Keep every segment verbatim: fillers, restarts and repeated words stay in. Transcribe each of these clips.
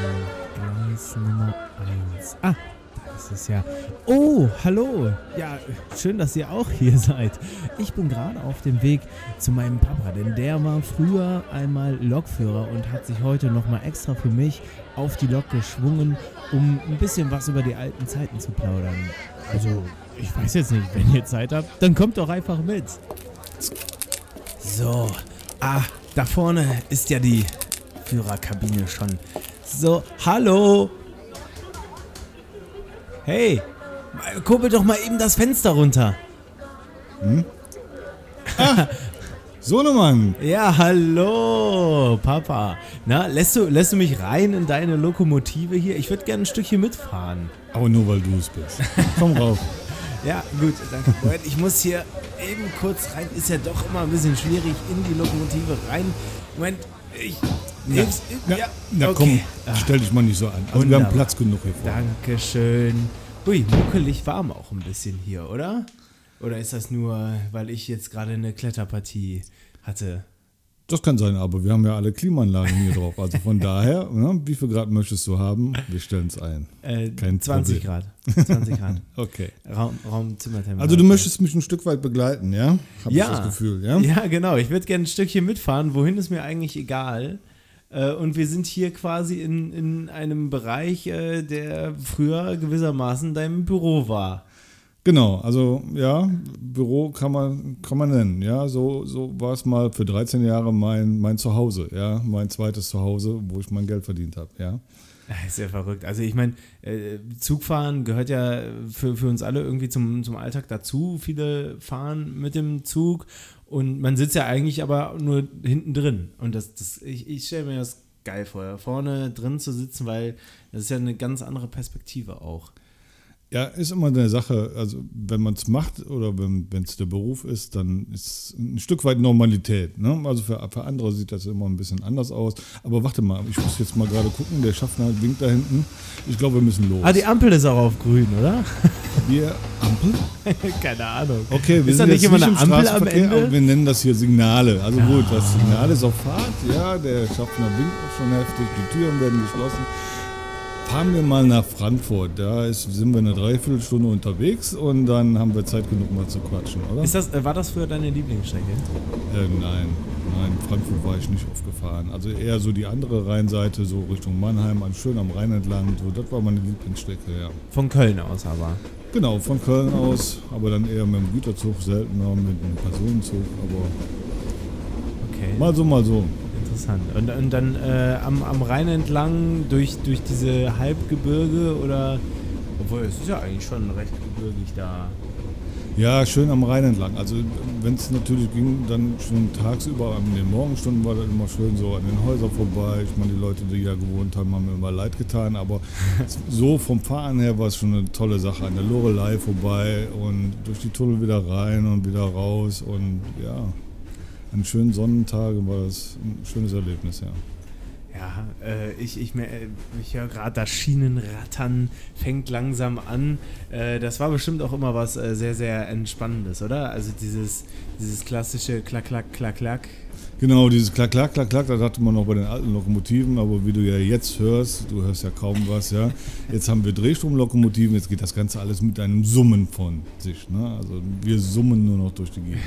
Gleis Nummer eins. Ah, da ist es ja. Oh, hallo. Ja, schön, dass ihr auch hier seid. Ich bin gerade auf dem Weg zu meinem Papa, denn der war früher einmal Lokführer und hat sich heute nochmal extra für mich auf die Lok geschwungen, um ein bisschen was über die alten Zeiten zu plaudern. Also, ich weiß jetzt nicht, wenn ihr Zeit habt, dann kommt doch einfach mit. So, ah, da vorne ist ja die Führerkabine schon. So, hallo. Hey, kurbel doch mal eben das Fenster runter. Hm? Ah, Sohnemann. Ja, hallo, Papa. Na, lässt du, lässt du mich rein in deine Lokomotive hier? Ich würde gerne ein Stückchen mitfahren. Aber nur, weil du es bist. Komm rauf. Ja, gut, danke. Moment, ich muss hier eben kurz rein. Ist ja doch immer ein bisschen schwierig in die Lokomotive rein. Moment, ich... Na, Heb's, na, ja, na okay. komm, stell dich mal nicht so an. Also Wunderbar. wir haben Platz genug hier vorne. Dankeschön. Ui, muckelig warm auch ein bisschen hier, oder? Oder ist das nur, weil ich jetzt gerade eine Kletterpartie hatte? Das kann sein, aber wir haben ja alle Klimaanlagen hier drauf. Also von daher, ne, wie viel Grad möchtest du haben? Wir stellen es ein. Äh, Kein zwanzig Problem. Grad. zwanzig Grad. Okay. Raum, Raum Zimmertemperatur. Also du möchtest mich ein Stück weit begleiten, ja? Hab Ja. ich das Gefühl, ja? Ja, genau. Ich würde gerne ein Stückchen mitfahren. Wohin ist mir eigentlich egal. Äh, Und wir sind hier quasi in, in einem Bereich, äh, der früher gewissermaßen dein Büro war. Genau, also ja, Büro kann man, kann man nennen, ja, so, so war es mal für dreizehn Jahre mein, mein Zuhause, ja, mein zweites Zuhause, wo ich mein Geld verdient habe, ja. Das ist ja verrückt. Also ich meine, äh, Zugfahren gehört ja für, für uns alle irgendwie zum, zum Alltag dazu. Viele fahren mit dem Zug und man sitzt ja eigentlich aber nur hinten drin. Und das, das, ich, ich stelle mir das geil vor, da vorne drin zu sitzen, weil das ist ja eine ganz andere Perspektive auch. Ja, ist immer eine Sache, also wenn man es macht oder wenn es der Beruf ist, dann ist ein Stück weit Normalität. Ne? Also für, für andere sieht das immer ein bisschen anders aus. Aber warte mal, ich muss jetzt mal gerade gucken, der Schaffner winkt da hinten. Ich glaube, wir müssen los. Ah, die Ampel ist auch auf grün, oder? Wir, Ampel? Keine Ahnung. Okay, wir ist da sind nicht jetzt immer nicht eine im Ampel am Straßenverkehr, Ende? aber wir nennen das hier Signale. Also Ja. gut, das Signal ist auf Fahrt, ja, der Schaffner winkt auch schon heftig, die Türen werden geschlossen. Fahren wir mal nach Frankfurt, da ist, sind wir eine Dreiviertelstunde unterwegs und dann haben wir Zeit genug mal zu quatschen, oder? Ist das, äh, war das früher deine Lieblingsstrecke? Äh, nein, nein, Frankfurt war ich nicht oft gefahren. Also eher so die andere Rheinseite, so Richtung Mannheim, an schön am Rhein entlang, so, das war meine Lieblingsstrecke, ja. Von Köln aus aber. Genau, von Köln aus, aber dann eher mit dem Güterzug, seltener mit einem Personenzug, aber Okay. mal so, mal so. Interessant. Und, und dann äh, am, am Rhein entlang durch, durch diese Halbgebirge oder. Obwohl, es ist ja eigentlich schon recht gebirgig da. Ja, schön am Rhein entlang. Also wenn es natürlich ging, dann schon tagsüber, in den Morgenstunden war das immer schön so an den Häusern vorbei. Ich meine, die Leute, die ja gewohnt haben, haben mir immer leid getan. Aber so vom Fahren her war es schon eine tolle Sache. An der Loreley vorbei und durch die Tunnel wieder rein und wieder raus. Und ja, an schönen Sonnentagen war das ein schönes Erlebnis, ja. Ja, äh, ich, ich, mer- ich höre gerade, das Schienenrattern fängt langsam an. Äh, das war bestimmt auch immer was äh, sehr, sehr Entspannendes, oder? Also dieses, dieses klassische Klack, Klack, Klack, Klack. Genau, dieses Klack, Klack, Klack, Klack, das hatte man noch bei den alten Lokomotiven, aber wie du ja jetzt hörst, du hörst ja kaum was, ja. Jetzt haben wir Drehstromlokomotiven, jetzt geht das Ganze alles mit einem Summen von sich, ne? Also wir summen nur noch durch die Gegend.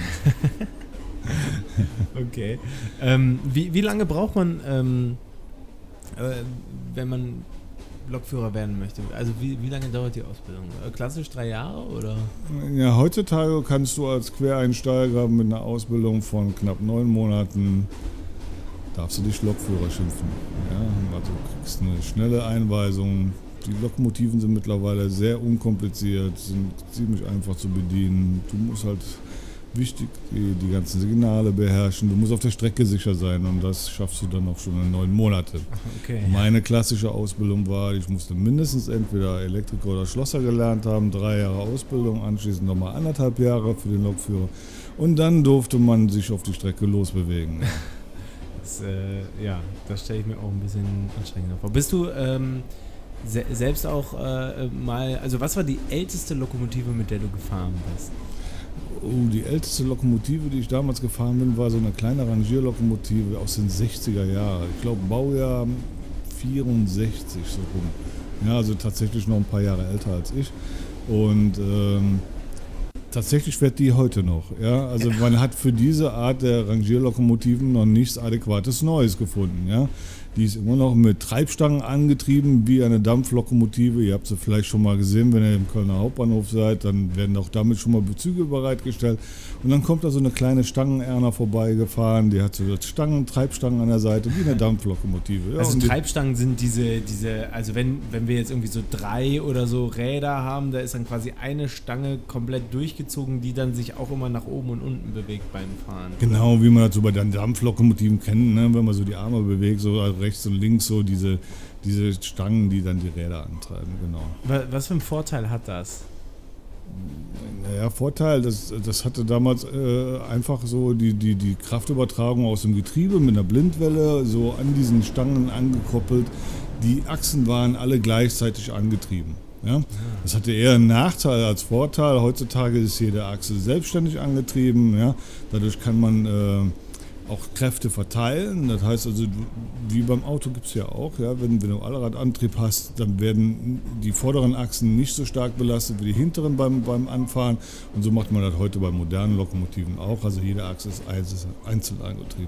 Okay. Ähm, wie, wie lange braucht man, ähm, äh, wenn man Lokführer werden möchte? Also wie, wie lange dauert die Ausbildung? Äh, Klassisch drei Jahre oder? Ja, heutzutage kannst du als Quereinsteiger mit einer Ausbildung von knapp neun Monaten, darfst du dich Lokführer schimpfen. Ja? Also du kriegst eine schnelle Einweisung. Die Lokomotiven sind mittlerweile sehr unkompliziert, sind ziemlich einfach zu bedienen. Du musst halt wichtig die, die ganzen Signale beherrschen. Du musst auf der Strecke sicher sein und das schaffst du dann auch schon in neun Monate. Okay. Meine klassische Ausbildung war, ich musste mindestens entweder Elektriker oder Schlosser gelernt haben, drei Jahre Ausbildung, anschließend nochmal anderthalb Jahre für den Lokführer und dann durfte man sich auf die Strecke losbewegen. Das, äh, ja, das stelle ich mir auch ein bisschen anstrengender vor. Bist du ähm, se- selbst auch äh, mal, also was war die älteste Lokomotive, mit der du gefahren bist? Oh, die älteste Lokomotive, die ich damals gefahren bin, war so eine kleine Rangierlokomotive aus den sechziger Jahren. Ich glaube Baujahr vierundsechzig so rum. Ja, also tatsächlich noch ein paar Jahre älter als ich. Und ähm, tatsächlich fährt die heute noch. Ja? Also man hat für diese Art der Rangierlokomotiven noch nichts Adäquates Neues gefunden. Ja? Die ist immer noch mit Treibstangen angetrieben, wie eine Dampflokomotive. Ihr habt sie vielleicht schon mal gesehen, wenn ihr im Kölner Hauptbahnhof seid. Dann werden auch damit schon mal Bezüge bereitgestellt. Und dann kommt da so eine kleine Stangenerna vorbeigefahren. Die hat so Stangen, Treibstangen an der Seite, wie eine Dampflokomotive. Ja, also die Treibstangen sind diese, diese, also wenn, wenn wir jetzt irgendwie so drei oder so Räder haben, da ist dann quasi eine Stange komplett durchgezogen, die dann sich auch immer nach oben und unten bewegt beim Fahren. Genau, wie man das so bei den Dampflokomotiven kennt, ne? Wenn man so die Arme bewegt, so rechts und links so diese, diese Stangen, die dann die Räder antreiben, genau. Was für einen Vorteil hat das? Naja, Vorteil, das, das hatte damals äh, einfach so die, die, die Kraftübertragung aus dem Getriebe mit einer Blindwelle so an diesen Stangen angekoppelt. Die Achsen waren alle gleichzeitig angetrieben. Ja? Das hatte eher einen Nachteil als Vorteil. Heutzutage ist jede Achse selbstständig angetrieben. Ja? Dadurch kann man äh, auch Kräfte verteilen. Das heißt also, wie beim Auto gibt es ja auch, ja, wenn, wenn du Allradantrieb hast, dann werden die vorderen Achsen nicht so stark belastet wie die hinteren beim, beim Anfahren. Und so macht man das heute bei modernen Lokomotiven auch. Also jede Achse ist einzeln angetrieben.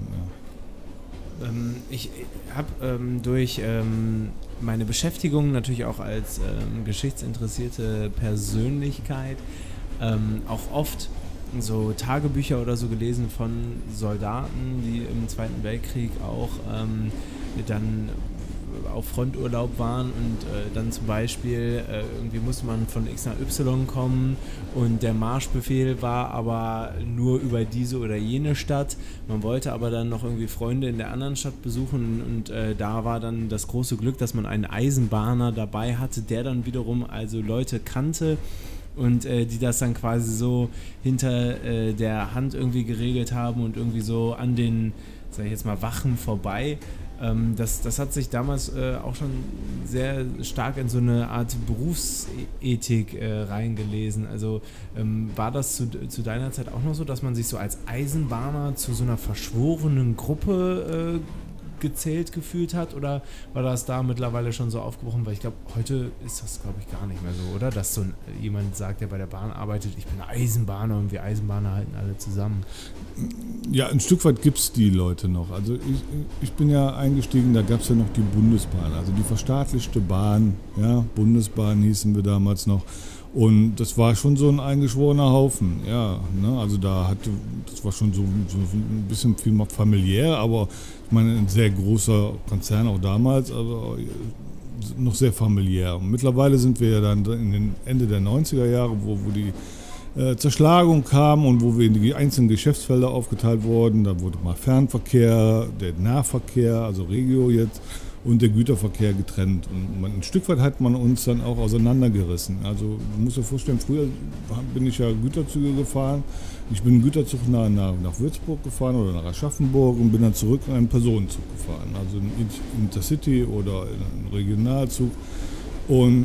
Ja. Ähm, ich habe ähm, durch ähm, meine Beschäftigung natürlich auch als ähm, geschichtsinteressierte Persönlichkeit ähm, auch oft so Tagebücher oder so gelesen von Soldaten, die im Zweiten Weltkrieg auch ähm, dann auf Fronturlaub waren und äh, dann zum Beispiel äh, irgendwie musste man von X nach Y kommen und der Marschbefehl war aber nur über diese oder jene Stadt. Man wollte aber dann noch irgendwie Freunde in der anderen Stadt besuchen und äh, da war dann das große Glück, dass man einen Eisenbahner dabei hatte, der dann wiederum also Leute kannte und äh, die das dann quasi so hinter äh, der Hand irgendwie geregelt haben und irgendwie so an den, sag ich jetzt mal, Wachen vorbei. Ähm, das, das hat sich damals äh, auch schon sehr stark in so eine Art Berufsethik äh, reingelesen. Also ähm, war das zu, zu deiner Zeit auch noch so, dass man sich so als Eisenbahner zu so einer verschworenen Gruppe äh, gezählt gefühlt hat, oder war das da mittlerweile schon so aufgebrochen? Weil ich glaube, heute ist das, glaube ich, gar nicht mehr so, oder? Dass so ein, jemand sagt, der bei der Bahn arbeitet, ich bin Eisenbahner und wir Eisenbahner halten alle zusammen. Ja, ein Stück weit gibt es die Leute noch. Also ich, ich bin ja eingestiegen, da gab es ja noch die Bundesbahn, also die verstaatlichte Bahn, ja, Bundesbahn hießen wir damals noch. Und das war schon so ein eingeschworener Haufen, ja, ne? Also da hatte, das war schon so, so ein bisschen viel familiär, aber ich meine, ein sehr großer Konzern auch damals, aber noch sehr familiär. Und mittlerweile sind wir ja dann in den Ende der neunziger Jahre, wo, wo die äh, Zerschlagung kam und wo wir in die einzelnen Geschäftsfelder aufgeteilt wurden. Da wurde mal Fernverkehr, der Nahverkehr, also Regio jetzt, und der Güterverkehr getrennt. Und man, ein Stück weit hat man uns dann auch auseinandergerissen. Also du musst dir vorstellen, früher bin ich ja Güterzüge gefahren. Ich bin einen Güterzug nach, nach, nach Würzburg gefahren oder nach Aschaffenburg und bin dann zurück in einen Personenzug gefahren. Also ein Intercity oder einen Regionalzug. Und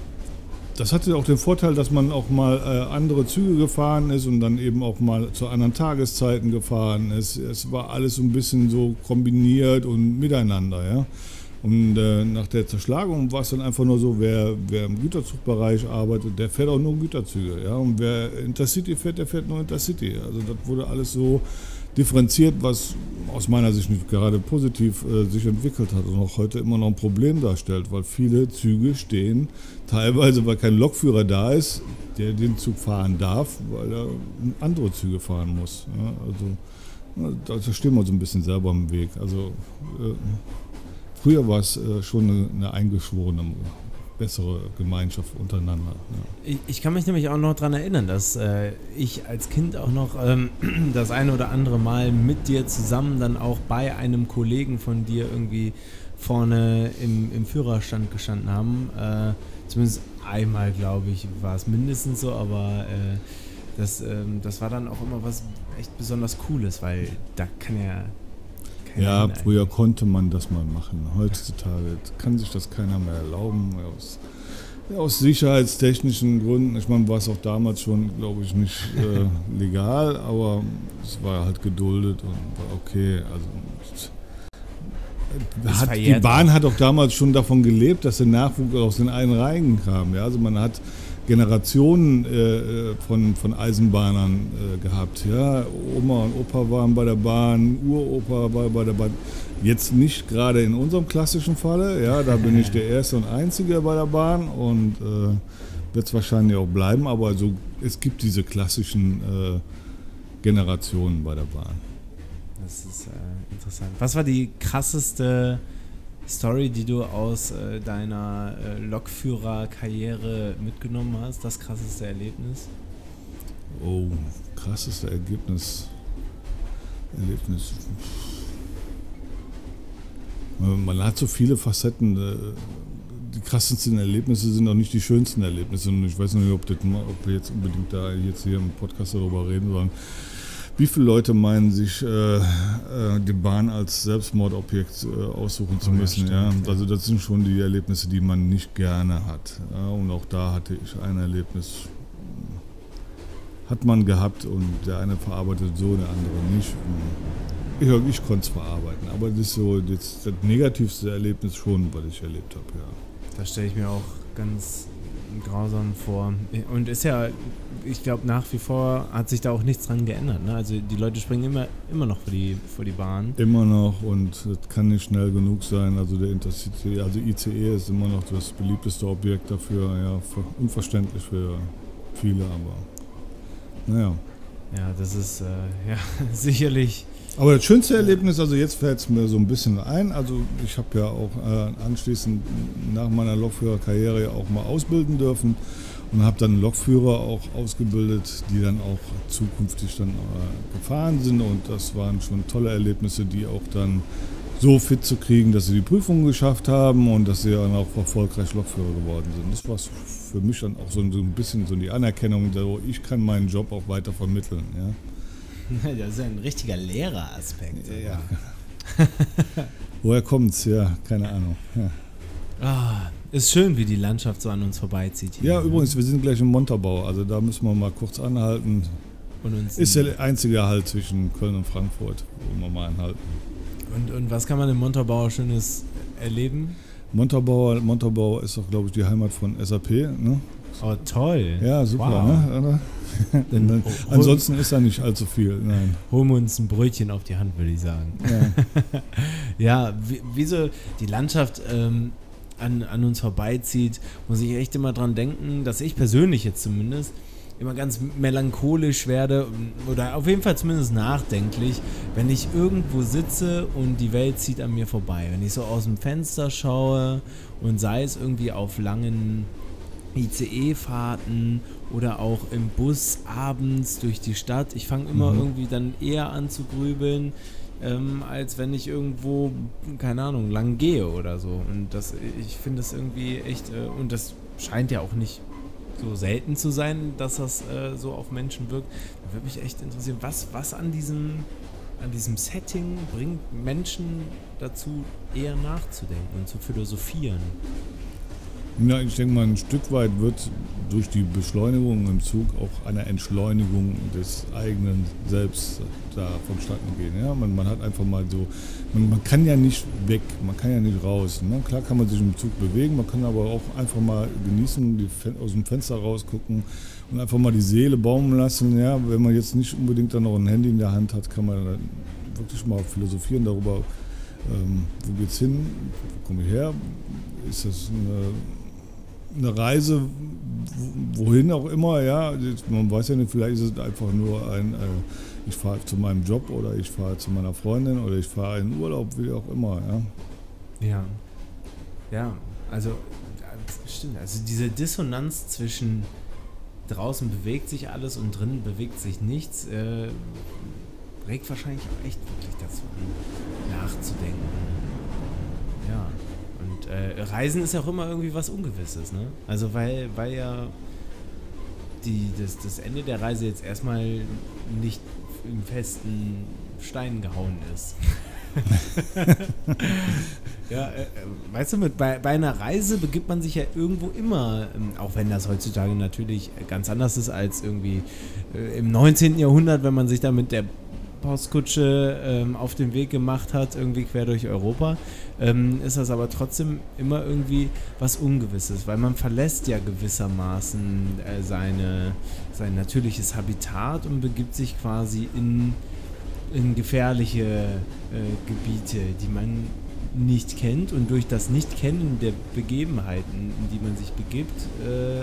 das hatte auch den Vorteil, dass man auch mal äh, andere Züge gefahren ist und dann eben auch mal zu anderen Tageszeiten gefahren ist. Es war alles so ein bisschen so kombiniert und miteinander, ja. Und äh, nach der Zerschlagung war es dann einfach nur so, wer, wer im Güterzugbereich arbeitet, der fährt auch nur Güterzüge. Ja? Und wer Intercity fährt, der fährt nur Intercity. Also das wurde alles so differenziert, was aus meiner Sicht nicht gerade positiv äh, sich entwickelt hat und auch heute immer noch ein Problem darstellt, weil viele Züge stehen, teilweise weil kein Lokführer da ist, der den Zug fahren darf, weil er andere Züge fahren muss. Ja? Also da stehen wir uns ein bisschen selber im Weg. Also äh, früher war es äh, schon eine, eine eingeschworene, bessere Gemeinschaft untereinander. Ja. Ich, ich kann mich nämlich auch noch daran erinnern, dass äh, ich als Kind auch noch ähm, das eine oder andere Mal mit dir zusammen dann auch bei einem Kollegen von dir irgendwie vorne im, im Führerstand gestanden haben. Äh, zumindest einmal, glaube ich, war es mindestens so, aber äh, das, ähm, das war dann auch immer was echt besonders Cooles, weil da kann ja Ja, früher konnte man das mal machen. Heutzutage kann sich das keiner mehr erlauben. Aus, ja, aus sicherheitstechnischen Gründen. Ich meine, war es auch damals schon, glaube ich, nicht äh, legal, aber es war halt geduldet und war okay. Also hat, die Bahn hat auch damals schon davon gelebt, dass der Nachwuchs aus den einen Reihen kam. Ja? Also man hat Generationen äh, von, von Eisenbahnern äh, gehabt. Ja? Oma und Opa waren bei der Bahn, Uropa war bei der Bahn. Jetzt nicht gerade in unserem klassischen Falle. Ja? Da bin ich der Erste und Einzige bei der Bahn und äh, wird es wahrscheinlich auch bleiben. Aber so, es gibt diese klassischen äh, Generationen bei der Bahn. Das ist äh, interessant. Was war die krasseste Story, die du aus äh, deiner äh, Lokführerkarriere mitgenommen hast? Das krasseste Erlebnis? Oh, krasseste Ergebnis. Erlebnis. Man hat so viele Facetten. Die krassesten Erlebnisse sind auch nicht die schönsten Erlebnisse. Und ich weiß nicht, ob, das, ob wir jetzt unbedingt da jetzt hier im Podcast darüber reden sollen. Wie viele Leute meinen, sich äh, äh, die Bahn als Selbstmordobjekt äh, aussuchen zu müssen? Oh, ja, stimmt, ja. Also das sind schon die Erlebnisse, die man nicht gerne hat. Ja, und auch da hatte ich ein Erlebnis, hat man gehabt und der eine verarbeitet so, der andere nicht. Ich, ich konnte es verarbeiten, aber das ist so das, das negativste Erlebnis schon, was ich erlebt habe. Ja. Das stelle ich mir auch ganz grausam vor. Und ist ja, ich glaube, nach wie vor hat sich da auch nichts dran geändert. Ne? Also die Leute springen immer, immer noch vor die, vor die Bahn. Immer noch und das kann nicht schnell genug sein. Also der Intercity, also I C E ist immer noch das beliebteste Objekt dafür. Ja, unverständlich für viele, aber naja. Ja, das ist äh, ja sicherlich. Aber das schönste Erlebnis, also jetzt fällt es mir so ein bisschen ein, also ich habe ja auch äh, anschließend nach meiner Lokführerkarriere auch mal ausbilden dürfen und habe dann Lokführer auch ausgebildet, die dann auch zukünftig dann äh, gefahren sind und das waren schon tolle Erlebnisse, die auch dann so fit zu kriegen, dass sie die Prüfungen geschafft haben und dass sie dann auch erfolgreich Lokführer geworden sind. Das war für mich dann auch so ein, so ein bisschen so die Anerkennung, ich kann meinen Job auch weiter vermitteln. Ja. Das ist ein richtiger Lehreraspekt. Ja. Woher kommt's? Ja, keine Ahnung. Ja. Ah, ist schön, wie die Landschaft so an uns vorbeizieht. Hier. Ja, übrigens, wir sind gleich im Montabaur, also da müssen wir mal kurz anhalten. Und uns ist der einzige Halt zwischen Köln und Frankfurt, wo wir mal anhalten. Und, und was kann man im Montabaur Schönes erleben? Montabaur, Montabaur ist doch, glaube ich, die Heimat von S A P, ne? Oh, toll. Ja, super, wow. Ne? Dann, ansonsten ist da nicht allzu viel. Nein. Holen wir uns ein Brötchen auf die Hand, würde ich sagen. Ja, ja wie, wie so die Landschaft ähm, an, an uns vorbeizieht, muss ich echt immer dran denken, dass ich persönlich jetzt zumindest immer ganz melancholisch werde oder auf jeden Fall zumindest nachdenklich, wenn ich irgendwo sitze und die Welt zieht an mir vorbei. Wenn ich so aus dem Fenster schaue und sei es irgendwie auf langen I C E-Fahrten oder auch im Bus abends durch die Stadt. Ich fange immer mhm. irgendwie dann eher an zu grübeln, ähm, als wenn ich irgendwo, keine Ahnung, lang gehe oder so. Und das, ich finde das irgendwie echt, äh, und das scheint ja auch nicht so selten zu sein, dass das äh, so auf Menschen wirkt. Da würde mich echt interessieren, was, was an diesem, an diesem Setting bringt Menschen dazu, eher nachzudenken und zu philosophieren. Ja, ich denke mal, ein Stück weit wird durch die Beschleunigung im Zug auch eine Entschleunigung des eigenen Selbst da vonstatten gehen. Ja? Man, man hat einfach mal so, man, man kann ja nicht weg, man kann ja nicht raus. Ne? Klar kann man sich im Zug bewegen, man kann aber auch einfach mal genießen, die, aus dem Fenster rausgucken und einfach mal die Seele baumeln lassen. Ja? Wenn man jetzt nicht unbedingt dann noch ein Handy in der Hand hat, kann man dann wirklich mal philosophieren darüber, ähm, wo geht's hin, wo komme ich her, ist das eine eine Reise, wohin auch immer, ja, man weiß ja nicht, vielleicht ist es einfach nur ein, äh, ich fahre zu meinem Job oder ich fahre zu meiner Freundin oder ich fahre in Urlaub, wie auch immer, ja. Ja, ja, also, stimmt, also diese Dissonanz zwischen draußen bewegt sich alles und drinnen bewegt sich nichts, äh, regt wahrscheinlich auch echt wirklich dazu an, nachzudenken, ja. Und äh, Reisen ist ja auch immer irgendwie was Ungewisses, ne? Also weil, weil ja die, das, das Ende der Reise jetzt erstmal nicht im festen Stein gehauen ist. Ja, äh, weißt du, mit, bei, bei einer Reise begibt man sich ja irgendwo immer, ähm, auch wenn das heutzutage natürlich ganz anders ist als irgendwie äh, im neunzehnten Jahrhundert, wenn man sich da mit der Postkutsche ähm, auf den Weg gemacht hat, irgendwie quer durch Europa, ähm, ist das aber trotzdem immer irgendwie was Ungewisses, weil man verlässt ja gewissermaßen äh, seine, sein natürliches Habitat und begibt sich quasi in, in gefährliche äh, Gebiete, die man nicht kennt, und durch das Nicht-Kennen der Begebenheiten, in die man sich begibt, äh,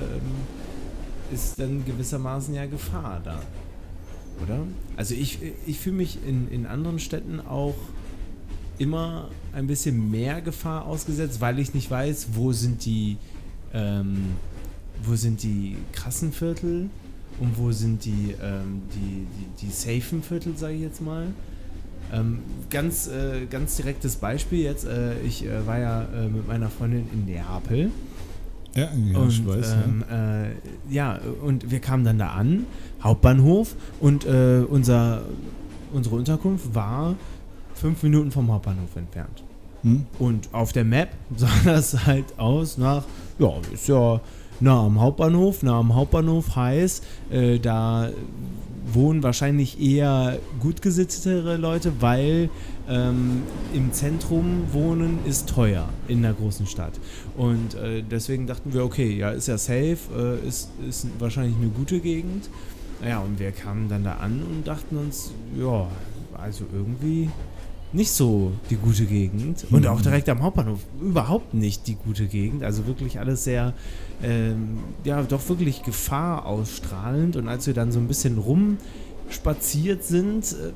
ist dann gewissermaßen ja Gefahr da. Oder? Also ich, ich fühle mich in, in anderen Städten auch immer ein bisschen mehr Gefahr ausgesetzt, weil ich nicht weiß, wo sind die ähm, wo sind die krassen Viertel und wo sind die, ähm, die, die, die safen Viertel, sage ich jetzt mal. Ähm, ganz, äh, ganz direktes Beispiel jetzt, äh, ich äh, war ja äh, mit meiner Freundin in Neapel. Ja, ja, und, ich weiß. Ähm, ja. Äh, ja, und wir kamen dann da an, Hauptbahnhof, und äh, unser, unsere Unterkunft war fünf Minuten vom Hauptbahnhof entfernt. Hm? Und auf der Map sah das halt aus nach, ja, ist ja nah am Hauptbahnhof, nah am Hauptbahnhof heißt, äh, da wohnen wahrscheinlich eher gut gesittetere Leute, weil ähm, im Zentrum wohnen ist teuer in einer großen Stadt. Und äh, deswegen dachten wir, okay, ja, ist ja safe, äh, ist, ist wahrscheinlich eine gute Gegend. Ja, und wir kamen dann da an und dachten uns, ja, also irgendwie nicht so die gute Gegend. Und auch direkt am Hauptbahnhof überhaupt nicht die gute Gegend. Also wirklich alles sehr, ähm, ja, doch wirklich Gefahr ausstrahlend. Und als wir dann so ein bisschen rumspaziert sind, äh,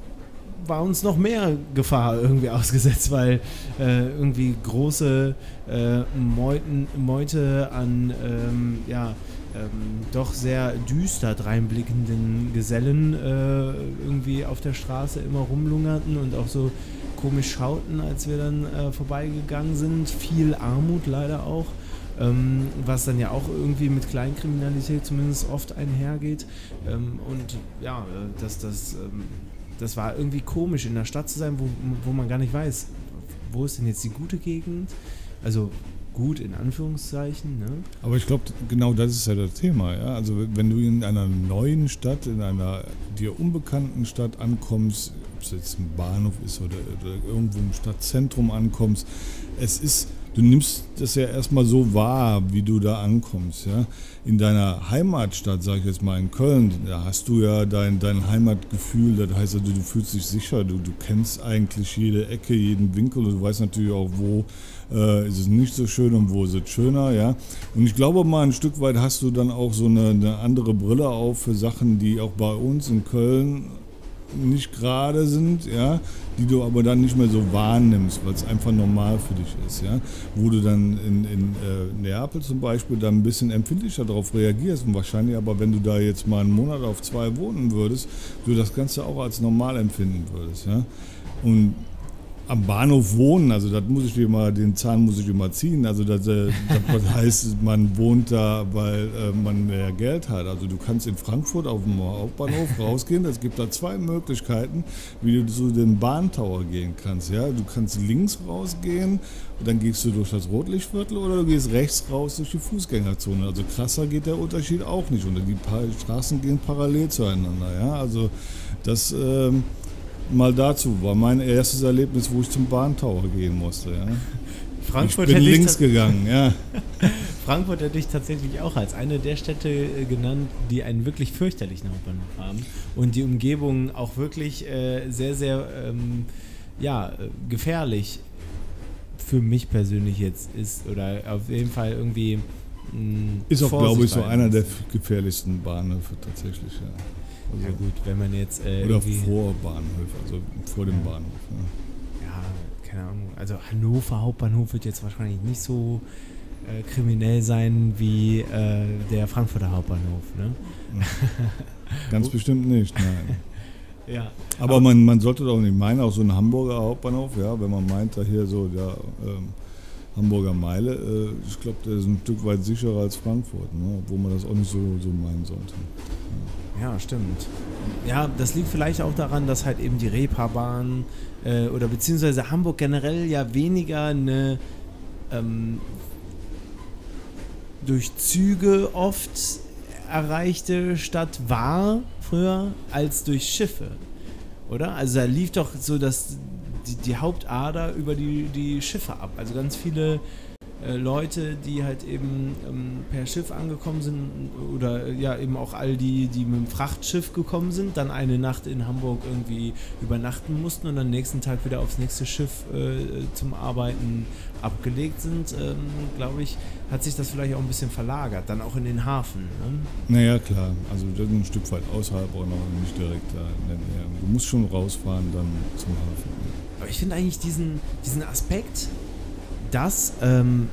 war uns noch mehr Gefahr irgendwie ausgesetzt, weil äh, irgendwie große äh, Meuten, Meute an, ähm, ja, Ähm, doch sehr düster dreinblickenden Gesellen äh, irgendwie auf der Straße immer rumlungerten und auch so komisch schauten, als wir dann äh, vorbeigegangen sind. Viel Armut leider auch, ähm, was dann ja auch irgendwie mit Kleinkriminalität zumindest oft einhergeht. Ähm, und ja, äh, das, das, ähm, das war irgendwie komisch, in der Stadt zu sein, wo, wo man gar nicht weiß, wo ist denn jetzt die gute Gegend? Also gut in Anführungszeichen, ne? Aber ich glaube, genau das ist ja das Thema. Ja? Also wenn du in einer neuen Stadt, in einer dir unbekannten Stadt ankommst, ob es jetzt ein Bahnhof ist oder, oder irgendwo im Stadtzentrum ankommst, es ist, du nimmst das ja erstmal so wahr, wie du da ankommst. Ja? In deiner Heimatstadt, sag ich jetzt mal in Köln, da hast du ja dein, dein Heimatgefühl, das heißt, also, du fühlst dich sicher, du, du kennst eigentlich jede Ecke, jeden Winkel, und du weißt natürlich auch, wo äh, ist es nicht so schön und wo ist es schöner. Ja? Und ich glaube mal, ein Stück weit hast du dann auch so eine, eine andere Brille auf für Sachen, die auch bei uns in Köln nicht gerade sind, ja, die du aber dann nicht mehr so wahrnimmst, weil es einfach normal für dich ist, ja, wo du dann in, in äh, Neapel zum Beispiel dann ein bisschen empfindlicher darauf reagierst und wahrscheinlich aber, wenn du da jetzt mal einen Monat auf zwei wohnen würdest, du das Ganze auch als normal empfinden würdest, ja, und am Bahnhof wohnen, also das muss ich dir mal, den Zahn muss ich dir mal ziehen, also das, äh, das heißt, man wohnt da, weil äh, man mehr Geld hat. Also du kannst in Frankfurt auf dem Hauptbahnhof rausgehen, es gibt da zwei Möglichkeiten, wie du zu dem Bahntower gehen kannst. Ja? Du kannst links rausgehen und dann gehst du durch das Rotlichtviertel oder du gehst rechts raus durch die Fußgängerzone. Also krasser geht der Unterschied auch nicht und die pa- Straßen gehen parallel zueinander. Ja? Also das... Ähm, Mal dazu, war mein erstes Erlebnis, wo ich zum Bahntower gehen musste. Ja. Frankfurt ich bin hätte links ich gegangen, ja. Frankfurt hätte ich tatsächlich auch als eine der Städte äh, genannt, die einen wirklich fürchterlichen Hauptbahnhof haben und die Umgebung auch wirklich äh, sehr, sehr ähm, ja, äh, gefährlich für mich persönlich jetzt ist oder auf jeden Fall irgendwie mh, ist auch, glaube ich, so vorsichtshalber einer der ist. gefährlichsten Bahnhöfe tatsächlich, ja. Also, Ja gut, wenn man jetzt äh, oder irgendwie, vor Bahnhof, also vor dem Ja. Bahnhof. Ja. ja, keine Ahnung, also Hannover Hauptbahnhof wird jetzt wahrscheinlich nicht so äh, kriminell sein wie äh, der Frankfurter Hauptbahnhof, ne? Ganz bestimmt nicht, nein. Ja. Aber, Aber man, man sollte doch nicht meinen, auch so ein Hamburger Hauptbahnhof, ja, wenn man meint, da hier so der ähm, Hamburger Meile, äh, ich glaube, der ist ein Stück weit sicherer als Frankfurt, ne? Obwohl man das auch nicht so, so meinen sollte. Ja. Ja, stimmt. Ja, das liegt vielleicht auch daran, dass halt eben die Reeperbahn äh, oder beziehungsweise Hamburg generell ja weniger eine ähm, durch Züge oft erreichte Stadt war früher als durch Schiffe. oder? Also da lief doch so das, die, die Hauptader über die, die Schiffe ab. Also ganz viele äh, Leute, die halt eben ähm, per Schiff angekommen sind oder ja eben auch all die, die mit dem Frachtschiff gekommen sind, dann eine Nacht in Hamburg irgendwie übernachten mussten und am nächsten Tag wieder aufs nächste Schiff äh, zum Arbeiten abgelegt sind, ähm, glaube ich, hat sich das vielleicht auch ein bisschen verlagert, dann auch in den Hafen. Ne? Naja, klar. Also das ist ein Stück weit außerhalb, aber noch nicht direkt da in der Nähe. Du musst schon rausfahren dann zum Hafen. Aber ich finde eigentlich diesen, diesen Aspekt, dass ähm,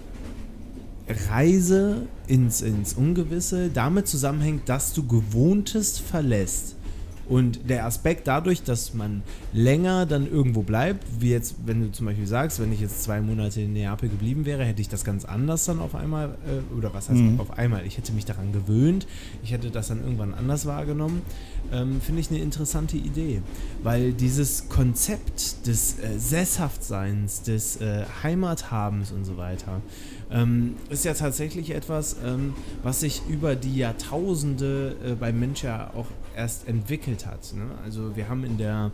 Reise ins, ins Ungewisse damit zusammenhängt, dass du Gewohntes verlässt. Und der Aspekt dadurch, dass man länger dann irgendwo bleibt, wie jetzt, wenn du zum Beispiel sagst, wenn ich jetzt zwei Monate in Neapel geblieben wäre, hätte ich das ganz anders dann auf einmal, äh, oder was heißt mhm. auf einmal, ich hätte mich daran gewöhnt, ich hätte das dann irgendwann anders wahrgenommen, ähm, finde ich eine interessante Idee. Weil dieses Konzept des äh, Sesshaftseins, des äh, Heimathabens und so weiter, ähm, ist ja tatsächlich etwas, ähm, was sich über die Jahrtausende äh, beim Mensch ja auch erst entwickelt hat. Ne? Also wir haben in der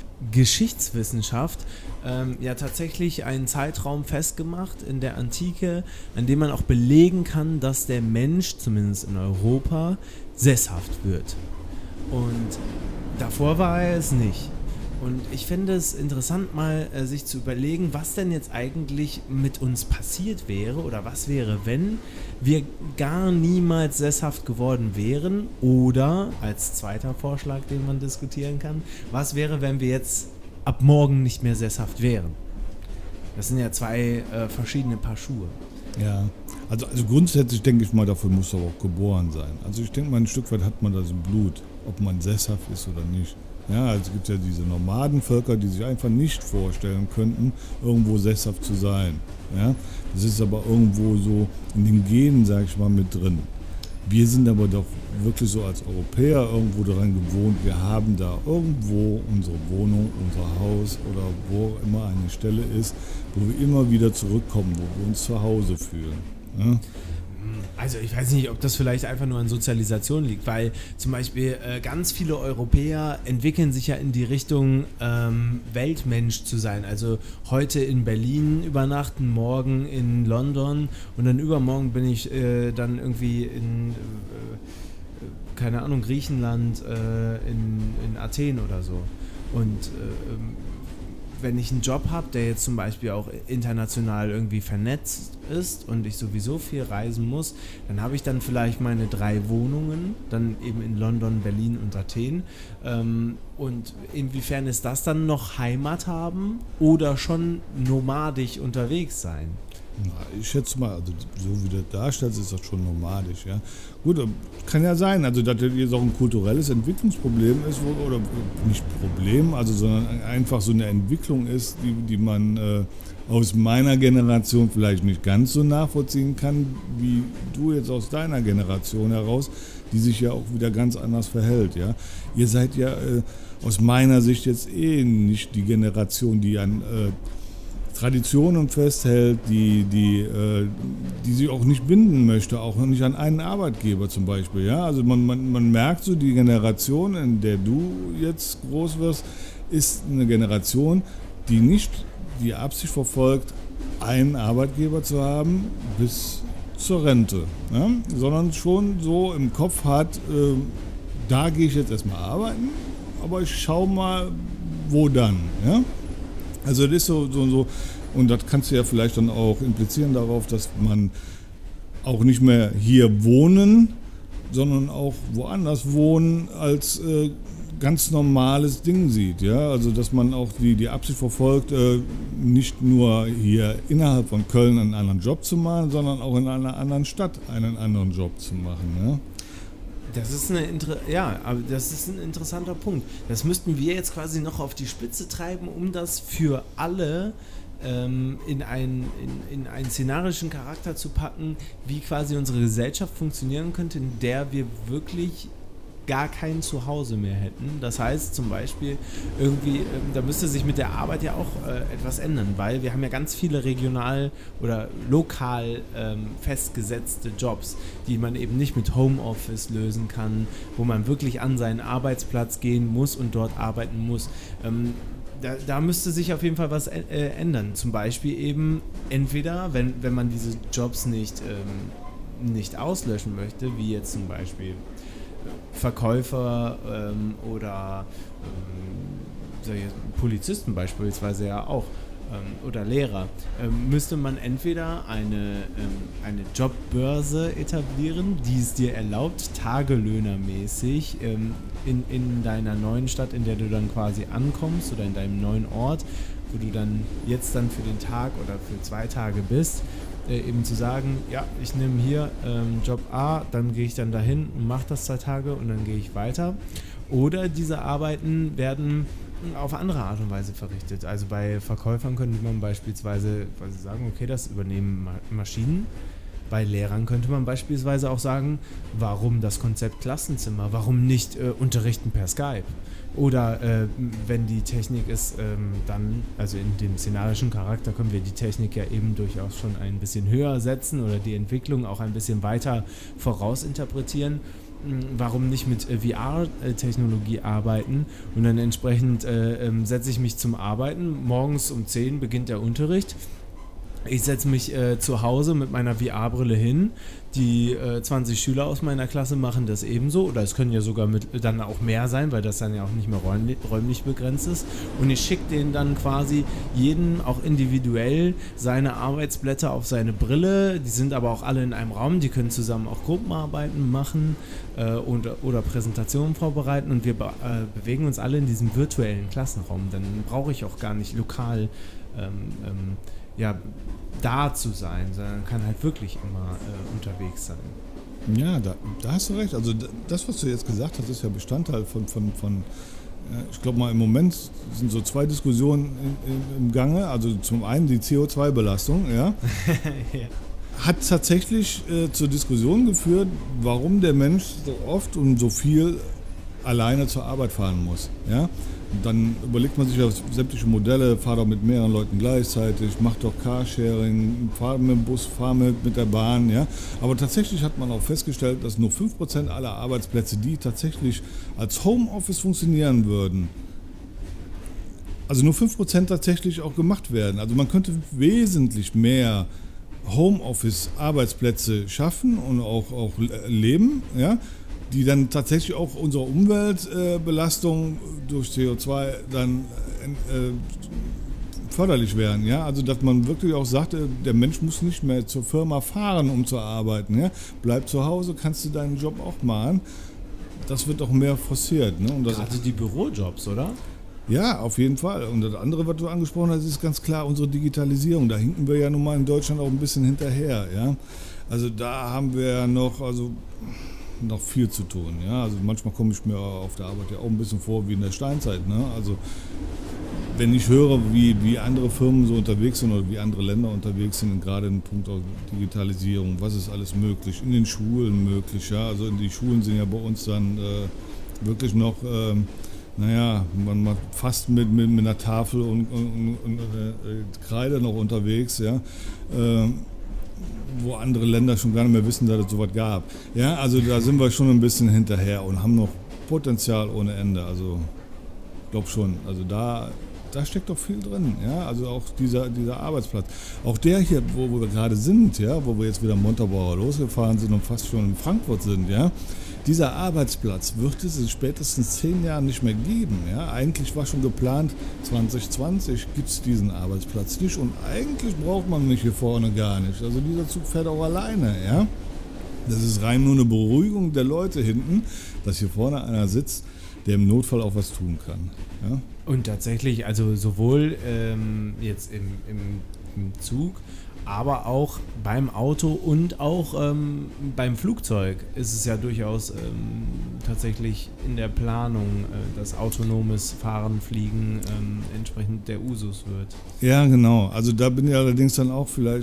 Geschichtswissenschaft ähm, ja tatsächlich einen Zeitraum festgemacht in der Antike, an dem man auch belegen kann, dass der Mensch, zumindest in Europa, sesshaft wird. Und davor war er es nicht. Und ich finde es interessant, mal äh, sich zu überlegen, was denn jetzt eigentlich mit uns passiert wäre oder was wäre, wenn wir gar niemals sesshaft geworden wären, oder als zweiter Vorschlag, den man diskutieren kann, was wäre, wenn wir jetzt ab morgen nicht mehr sesshaft wären? Das sind ja zwei äh, verschiedene Paar Schuhe. Ja, also, also grundsätzlich denke ich mal, dafür muss aber auch geboren sein. Also ich denke mal, ein Stück weit hat man das im Blut, ob man sesshaft ist oder nicht. Ja, also es gibt ja diese Nomadenvölker, die sich einfach nicht vorstellen könnten, irgendwo sesshaft zu sein. Ja, das ist aber irgendwo so in den Genen, sage ich mal, mit drin. Wir sind aber doch wirklich so als Europäer irgendwo daran gewohnt, wir haben da irgendwo unsere Wohnung, unser Haus oder wo immer eine Stelle ist, wo wir immer wieder zurückkommen, wo wir uns zu Hause fühlen. Ja? Also ich weiß nicht, ob das vielleicht einfach nur an Sozialisation liegt, weil zum Beispiel äh, ganz viele Europäer entwickeln sich ja in die Richtung ähm, Weltmensch zu sein. Also heute in Berlin übernachten, morgen in London und dann übermorgen bin ich äh, dann irgendwie in, äh, keine Ahnung, Griechenland, äh, in, in Athen oder so. Und äh, wenn ich einen Job habe, der jetzt zum Beispiel auch international irgendwie vernetzt ist und ich sowieso viel reisen muss, dann habe ich dann vielleicht meine drei Wohnungen, dann eben in London, Berlin und Athen. Ähm, und inwiefern ist das dann noch Heimat haben oder schon nomadisch unterwegs sein? Ich schätze mal, also so wie du darstellst, ist das schon nomadisch. Ja. Gut, kann ja sein, also dass das jetzt auch ein kulturelles Entwicklungsproblem ist, oder nicht Problem, also sondern einfach so eine Entwicklung ist, die, die man äh, aus meiner Generation vielleicht nicht ganz so nachvollziehen kann, wie du jetzt aus deiner Generation heraus, die sich ja auch wieder ganz anders verhält. Ja. Ihr seid ja äh, aus meiner Sicht jetzt eh nicht die Generation, die an äh, Traditionen festhält, die, die, äh, die sie auch nicht binden möchte, auch nicht an einen Arbeitgeber zum Beispiel. Ja? Also man, man, man merkt so, die Generation, in der du jetzt groß wirst, ist eine Generation, die nicht die Absicht verfolgt, einen Arbeitgeber zu haben bis zur Rente, ja? Sondern schon so im Kopf hat, äh, da gehe ich jetzt erstmal arbeiten, aber ich schaue mal, wo dann. Ja? Also das ist so, so, so, und das kannst du ja vielleicht dann auch implizieren darauf, dass man auch nicht mehr hier wohnen, sondern auch woanders wohnen als äh, ganz normales Ding sieht. Ja? Also dass man auch die, die Absicht verfolgt, äh, nicht nur hier innerhalb von Köln einen anderen Job zu machen, sondern auch in einer anderen Stadt einen anderen Job zu machen. Ja? Das ist eine Inter- ja, aber das ist ein interessanter Punkt. Das müssten wir jetzt quasi noch auf die Spitze treiben, um das für alle ähm, in, ein, in, in einen szenarischen Charakter zu packen, wie quasi unsere Gesellschaft funktionieren könnte, in der wir wirklich gar kein Zuhause mehr hätten. Das heißt zum Beispiel irgendwie, ähm, da müsste sich mit der Arbeit ja auch äh, etwas ändern, weil wir haben ja ganz viele regional oder lokal ähm, festgesetzte Jobs, die man eben nicht mit Homeoffice lösen kann, wo man wirklich an seinen Arbeitsplatz gehen muss und dort arbeiten muss. Ähm, Da, da müsste sich auf jeden Fall was äh, ändern. Zum Beispiel eben entweder, wenn, wenn man diese Jobs nicht, ähm, nicht auslöschen möchte, wie jetzt zum Beispiel Verkäufer ähm, oder ähm, sag ich jetzt, Polizisten beispielsweise ja auch ähm, oder Lehrer, ähm, müsste man entweder eine, ähm, eine Jobbörse etablieren, die es dir erlaubt, tagelöhnermäßig ähm, in, in deiner neuen Stadt, in der du dann quasi ankommst oder in deinem neuen Ort, wo du dann jetzt dann für den Tag oder für zwei Tage bist, äh, eben zu sagen, ja, ich nehme hier ähm, Job A, dann gehe ich dann dahin und mache das zwei Tage und dann gehe ich weiter. Oder diese Arbeiten werden auf andere Art und Weise verrichtet. Also bei Verkäufern könnte man beispielsweise sagen, okay, das übernehmen Maschinen. Bei Lehrern könnte man beispielsweise auch sagen, warum das Konzept Klassenzimmer, warum nicht äh, unterrichten per Skype? Oder äh, wenn die Technik ist, ähm, dann, also in dem szenarischen Charakter können wir die Technik ja eben durchaus schon ein bisschen höher setzen oder die Entwicklung auch ein bisschen weiter vorausinterpretieren. Warum nicht mit äh, V R-Technologie arbeiten und dann entsprechend äh, ähm, setze ich mich zum Arbeiten. Morgens um zehn beginnt der Unterricht. Ich setze mich äh, zu Hause mit meiner V R-Brille hin. Die äh, zwanzig Schüler aus meiner Klasse machen das ebenso. Oder es können ja sogar mit, dann auch mehr sein, weil das dann ja auch nicht mehr räumlich, räumlich begrenzt ist. Und ich schicke denen dann quasi jeden auch individuell seine Arbeitsblätter auf seine Brille. Die sind aber auch alle in einem Raum. Die können zusammen auch Gruppenarbeiten machen äh, und, oder Präsentationen vorbereiten. Und wir be äh, bewegen uns alle in diesem virtuellen Klassenraum. Dann brauche ich auch gar nicht lokal ähm, ähm, ja, da zu sein, sondern kann halt wirklich immer äh, unterwegs sein. Ja, da, da hast du recht. Also das, was du jetzt gesagt hast, ist ja Bestandteil von, von, von äh, ich glaube mal im Moment sind so zwei Diskussionen in, in, im Gange. Also zum einen die C O zwei Belastung, ja, ja. Hat tatsächlich äh, zur Diskussion geführt, warum der Mensch so oft und so viel alleine zur Arbeit fahren muss, ja. Dann überlegt man sich ja sämtliche Modelle, fahr doch mit mehreren Leuten gleichzeitig, mach doch Carsharing, fahr mit dem Bus, fahr mit, mit der Bahn. Ja. Aber tatsächlich hat man auch festgestellt, dass nur fünf Prozent aller Arbeitsplätze, die tatsächlich als Homeoffice funktionieren würden, also nur fünf Prozent tatsächlich auch gemacht werden. Also man könnte wesentlich mehr Homeoffice-Arbeitsplätze schaffen und auch, auch leben, ja, die dann tatsächlich auch unsere Umweltbelastung äh, durch C O zwei dann äh, förderlich wären. Ja? Also dass man wirklich auch sagt, der Mensch muss nicht mehr zur Firma fahren, um zu arbeiten. Ja? Bleib zu Hause, kannst du deinen Job auch machen. Das wird auch mehr forciert. Ne? Und das Gerade die Bürojobs, oder? Ja, auf jeden Fall. Und das andere, was du angesprochen hast, ist ganz klar unsere Digitalisierung. Da hinken wir ja nun mal in Deutschland auch ein bisschen hinterher. Ja? Also da haben wir ja noch... Also noch viel zu tun. Ja? Also manchmal komme ich mir auf der Arbeit ja auch ein bisschen vor wie in der Steinzeit. Ne? Also wenn ich höre, wie, wie andere Firmen so unterwegs sind oder wie andere Länder unterwegs sind, gerade in puncto Digitalisierung, was ist alles möglich, in den Schulen möglich. Ja? Also in die Schulen sind ja bei uns dann äh, wirklich noch, äh, naja, man macht fast mit, mit, mit einer Tafel und, und, und äh, Kreide noch unterwegs. Ja? Äh, wo andere Länder schon gar nicht mehr wissen, dass es sowas gab. Ja, also da sind wir schon ein bisschen hinterher und haben noch Potenzial ohne Ende. Also ich glaube schon. Also da, da steckt doch viel drin. Ja, also auch dieser, dieser Arbeitsplatz. Auch der hier, wo, wo wir gerade sind, ja, wo wir jetzt wieder Montabaur losgefahren sind und fast schon in Frankfurt sind, ja. Dieser Arbeitsplatz wird es in spätestens zehn Jahren nicht mehr geben. Ja? Eigentlich war schon geplant, zwanzig zwanzig gibt es diesen Arbeitsplatz nicht und eigentlich braucht man mich hier vorne gar nicht. Also dieser Zug fährt auch alleine. Ja? Das ist rein nur eine Beruhigung der Leute hinten, dass hier vorne einer sitzt, der im Notfall auch was tun kann. Ja? Und tatsächlich, also sowohl ähm, jetzt im, im, im Zug, aber auch beim Auto und auch ähm, beim Flugzeug ist es ja durchaus ähm, tatsächlich in der Planung, äh, dass autonomes Fahren, Fliegen ähm, entsprechend der Usus wird. Ja, genau. Also da bin ich allerdings dann auch vielleicht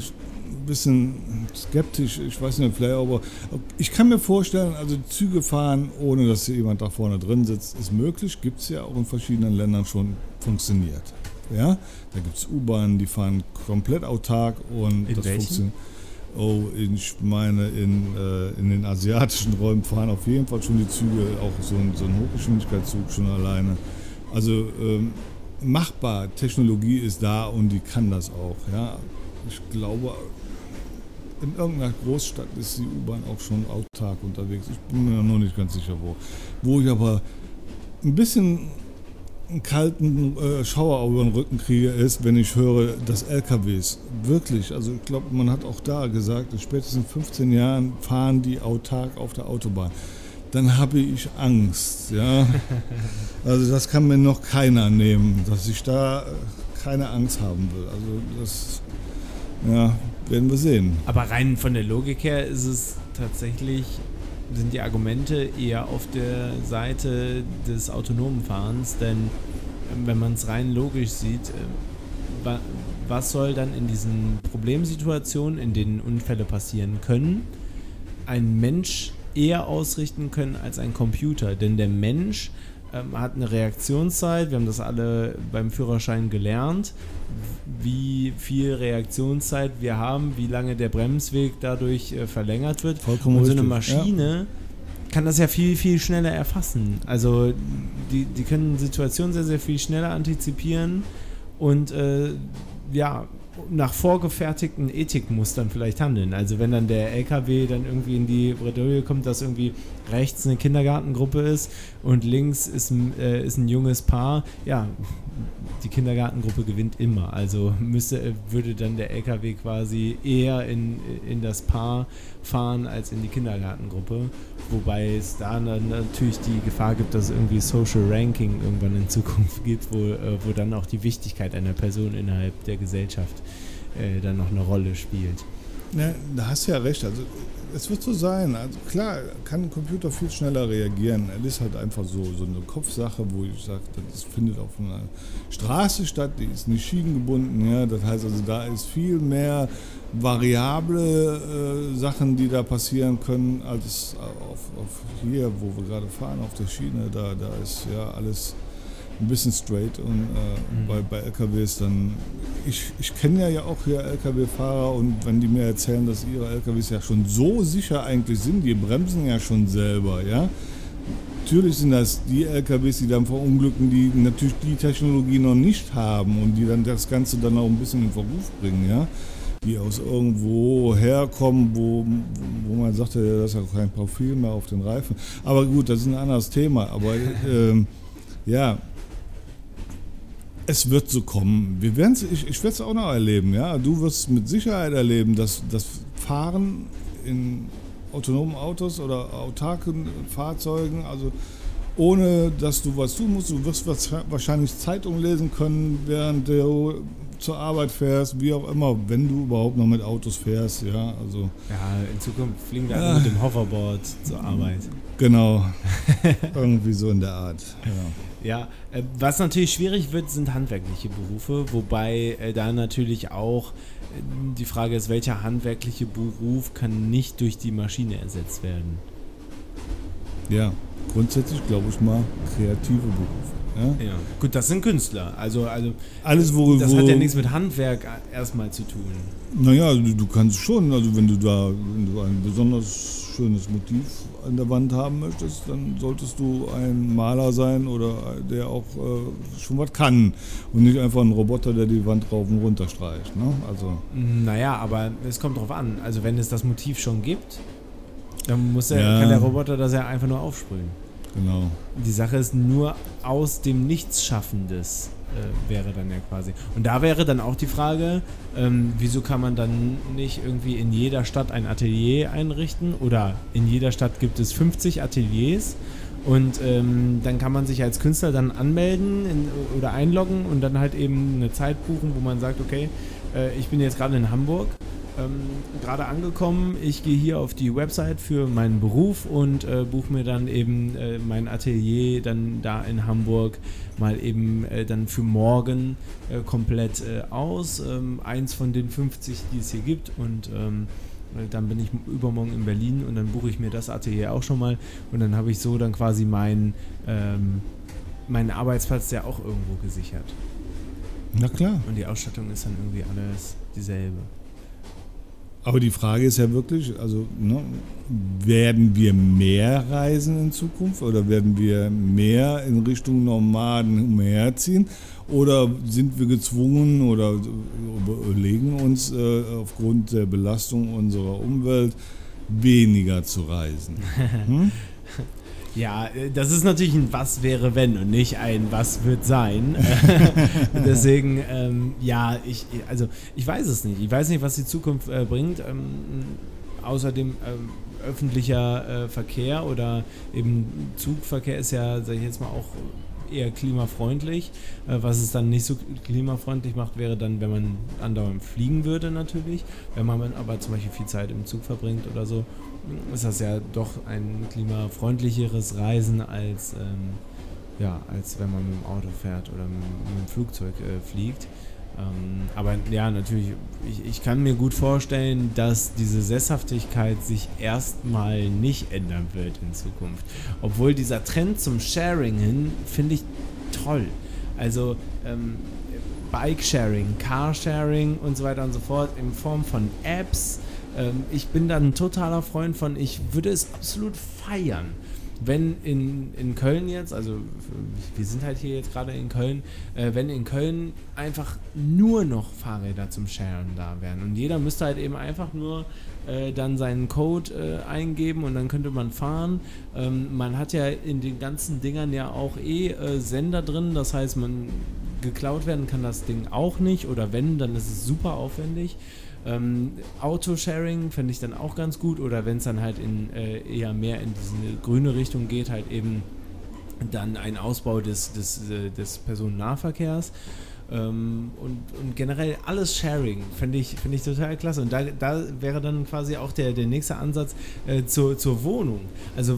ein bisschen skeptisch, ich weiß nicht, vielleicht, aber ich kann mir vorstellen, also Züge fahren, ohne dass hier jemand da vorne drin sitzt, ist möglich, gibt es ja auch in verschiedenen Ländern schon funktioniert. Ja? Da gibt es U-Bahnen, die fahren komplett autark und in das welchen? funktioniert. Oh, ich meine, in, äh, in den asiatischen Räumen fahren auf jeden Fall schon die Züge, auch so ein, so ein Hochgeschwindigkeitszug schon alleine. Also ähm, machbar, Technologie ist da und die kann das auch. Ja? Ich glaube, in irgendeiner Großstadt ist die U-Bahn auch schon autark unterwegs. Ich bin mir noch nicht ganz sicher, wo. Wo ich aber ein bisschen einen kalten äh, Schauer über den Rücken kriege, ist, wenn ich höre, dass L K Ws wirklich, also ich glaube, man hat auch da gesagt, in spätestens fünfzehn Jahren fahren die autark auf der Autobahn. Dann habe ich Angst, ja. Also das kann mir noch keiner nehmen, dass ich da keine Angst haben will. Also das, ja, werden wir sehen. Aber rein von der Logik her ist es tatsächlich, sind die Argumente eher auf der Seite des autonomen Fahrens, denn wenn man es rein logisch sieht, was soll dann in diesen Problemsituationen, in denen Unfälle passieren können, ein Mensch eher ausrichten können als ein Computer? Denn der Mensch ähm, hat eine Reaktionszeit, wir haben das alle beim Führerschein gelernt, wie viel Reaktionszeit wir haben, wie lange der Bremsweg dadurch äh, verlängert wird. Vollkommen Und so eine richtig, Maschine ja. kann das ja viel, viel schneller erfassen. Also die, die können Situationen sehr, sehr viel schneller antizipieren und äh, ja, nach vorgefertigten Ethikmustern vielleicht handeln. Also wenn dann der L K W dann irgendwie in die Bredouille kommt, dass irgendwie rechts eine Kindergartengruppe ist und links ist ein, äh, ist ein junges Paar, ja, die Kindergartengruppe gewinnt immer. Also müsste, würde dann der L K W quasi eher in, in das Paar fahren als in die Kindergartengruppe. Wobei es da dann natürlich die Gefahr gibt, dass es irgendwie Social Ranking irgendwann in Zukunft gibt, wo, äh, wo dann auch die Wichtigkeit einer Person innerhalb der Gesellschaft äh, dann noch eine Rolle spielt. Ja, da hast du ja recht. Also es wird so sein. Also klar, kann ein Computer viel schneller reagieren. Es ist halt einfach so, so eine Kopfsache, wo ich sage, das findet auf einer Straße statt, die ist nicht schienengebunden. Ja? Das heißt also, da ist viel mehr variable äh, Sachen, die da passieren können, als auf, auf hier, wo wir gerade fahren, auf der Schiene. Da, da ist ja alles ein bisschen straight und äh, mhm. bei, bei L K Ws dann, ich, ich kenne ja, ja auch hier L K W-Fahrer und wenn die mir erzählen, dass ihre L K Ws ja schon so sicher eigentlich sind, die bremsen ja schon selber, ja. Natürlich sind das die L K Ws, die dann verunglücken, die natürlich die Technologie noch nicht haben und die dann das Ganze dann auch ein bisschen in Verruf bringen, ja. Die aus irgendwo herkommen, wo, wo man sagt, ja, das ist ja kein Profil mehr auf den Reifen. Aber gut, das ist ein anderes Thema, aber ähm, ja, es wird so kommen. Wir werden's, ich ich werde es auch noch erleben. Ja? Du wirst mit Sicherheit erleben, dass das Fahren in autonomen Autos oder autarken Fahrzeugen, also ohne dass du was tun musst, du wirst wahrscheinlich Zeitung lesen können, während du zur Arbeit fährst, wie auch immer, wenn du überhaupt noch mit Autos fährst. Ja, also, ja, in Zukunft fliegen wir ja. mit dem Hoverboard zur Arbeit. Genau, irgendwie so in der Art. Ja. Ja, äh, was natürlich schwierig wird, sind handwerkliche Berufe, wobei äh, da natürlich auch äh, die Frage ist, welcher handwerkliche Beruf kann nicht durch die Maschine ersetzt werden? Ja, grundsätzlich glaube ich mal kreative Berufe. Ja? Ja, gut, das sind Künstler, also, also alles, wo, das wo, hat ja nichts mit Handwerk erstmal zu tun. Naja, du, du kannst schon, also wenn du da wenn du ein besonders schönes Motiv an der Wand haben möchtest, dann solltest du ein Maler sein oder der auch äh, schon was kann und nicht einfach ein Roboter, der die Wand rauf und runter streicht. Ne? Also naja, aber es kommt drauf an. Also wenn es das Motiv schon gibt, dann muss der, ja. kann der Roboter das ja einfach nur aufsprühen. Genau. Die Sache ist nur aus dem Nichts Schaffendes äh, wäre dann ja quasi. Und da wäre dann auch die Frage, ähm, wieso kann man dann nicht irgendwie in jeder Stadt ein Atelier einrichten oder in jeder Stadt gibt es fünfzig Ateliers und ähm, dann kann man sich als Künstler dann anmelden in, oder einloggen und dann halt eben eine Zeit buchen, wo man sagt, okay, äh, ich bin jetzt gerade in Hamburg, ähm, gerade angekommen. Ich gehe hier auf die Website für meinen Beruf und äh, buche mir dann eben äh, mein Atelier dann da in Hamburg mal eben äh, dann für morgen äh, komplett äh, aus. Ähm, eins von den fünfzig, die es hier gibt, und ähm, dann bin ich übermorgen in Berlin und dann buche ich mir das Atelier auch schon mal und dann habe ich so dann quasi meinen ähm, meinen Arbeitsplatz ja auch irgendwo gesichert. Na klar. Und die Ausstattung ist dann irgendwie alles dieselbe. Aber die Frage ist ja wirklich, also ne, werden wir mehr reisen in Zukunft oder werden wir mehr in Richtung Nomaden umherziehen oder sind wir gezwungen oder überlegen uns äh, aufgrund der Belastung unserer Umwelt weniger zu reisen? Hm? Ja, das ist natürlich ein Was wäre wenn und nicht ein Was wird sein. Deswegen, ähm, ja, ich, also ich weiß es nicht. Ich weiß nicht, was die Zukunft äh, bringt. Ähm, außerdem ähm, öffentlicher äh, Verkehr oder eben Zugverkehr ist ja, sag ich jetzt mal, auch eher klimafreundlich. Äh, was es dann nicht so klimafreundlich macht, wäre dann, wenn man andauernd fliegen würde natürlich. Wenn man aber zum Beispiel viel Zeit im Zug verbringt oder so, ist das ja doch ein klimafreundlicheres Reisen als, ähm, ja, als wenn man mit dem Auto fährt oder mit, mit dem Flugzeug äh, fliegt. Ähm, aber ja, natürlich, ich, ich kann mir gut vorstellen, dass diese Sesshaftigkeit sich erstmal nicht ändern wird in Zukunft. Obwohl dieser Trend zum Sharing hin, finde ich toll. Also ähm, Bike-Sharing, Car-Sharing und so weiter und so fort in Form von Apps. Ähm, ich bin da ein totaler Freund von, ich würde es absolut feiern, wenn in, in Köln jetzt, also wir sind halt hier jetzt gerade in Köln, äh, wenn in Köln einfach nur noch Fahrräder zum Sharen da wären und jeder müsste halt eben einfach nur äh, dann seinen Code äh, eingeben und dann könnte man fahren. Ähm, man hat ja in den ganzen Dingern ja auch eh äh, Sender drin, das heißt, man geklaut werden kann das Ding auch nicht oder wenn, dann ist es super aufwendig. Ähm, Autosharing fände ich dann auch ganz gut oder wenn es dann halt in, äh, eher mehr in diese grüne Richtung geht, halt eben dann ein Ausbau des, des, äh, des Personennahverkehrs ähm, und, und generell alles Sharing fände ich, find ich total klasse und da, da wäre dann quasi auch der, der nächste Ansatz äh, zur, zur Wohnung. Also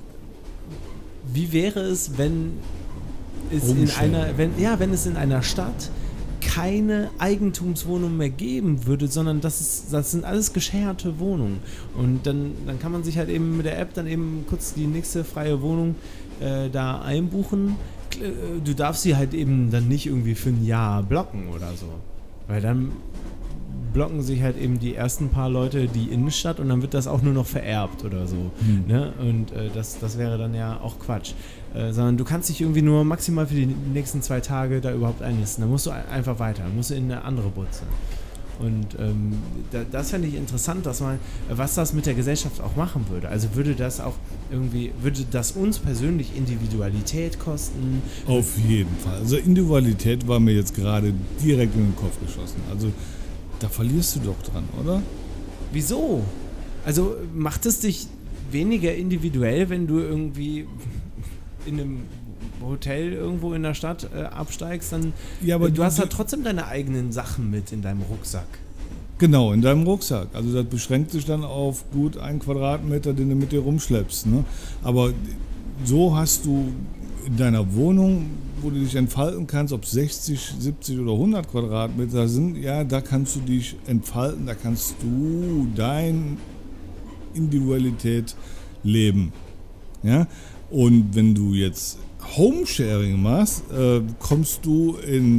wie wäre es, wenn es in einer, wenn, ja, wenn es in einer Stadt keine Eigentumswohnung mehr geben würde, sondern das, ist, das sind alles gescherte Wohnungen. Und dann, dann kann man sich halt eben mit der App dann eben kurz die nächste freie Wohnung äh, da einbuchen. Du darfst sie halt eben dann nicht irgendwie für ein Jahr blocken oder so. Weil dann blocken sich halt eben die ersten paar Leute die Innenstadt und dann wird das auch nur noch vererbt oder so. Hm. Ne? Und äh, das, das wäre dann ja auch Quatsch. Äh, sondern du kannst dich irgendwie nur maximal für die nächsten zwei Tage da überhaupt einnisten. Dann musst du einfach weiter, dann musst du in eine andere Butze. Und ähm, da, das fände ich interessant, dass man, was das mit der Gesellschaft auch machen würde. Also würde das auch irgendwie, würde das uns persönlich Individualität kosten? Auf jeden Fall. Also Individualität war mir jetzt gerade direkt in den Kopf geschossen. Also da verlierst du doch dran, oder? Wieso? Also macht es dich weniger individuell, wenn du irgendwie in einem Hotel irgendwo in der Stadt äh, absteigst, dann ja, aber du hast halt trotzdem deine eigenen Sachen mit in deinem Rucksack. Genau, in deinem Rucksack. Also das beschränkt sich dann auf gut einen Quadratmeter, den du mit dir rumschleppst. Ne? Aber so hast du in deiner Wohnung, wo du dich entfalten kannst, ob sechzig, siebzig oder hundert Quadratmeter sind, ja, da kannst du dich entfalten, da kannst du deine Individualität leben. Ja? Und wenn du jetzt Homesharing machst, äh, kommst du in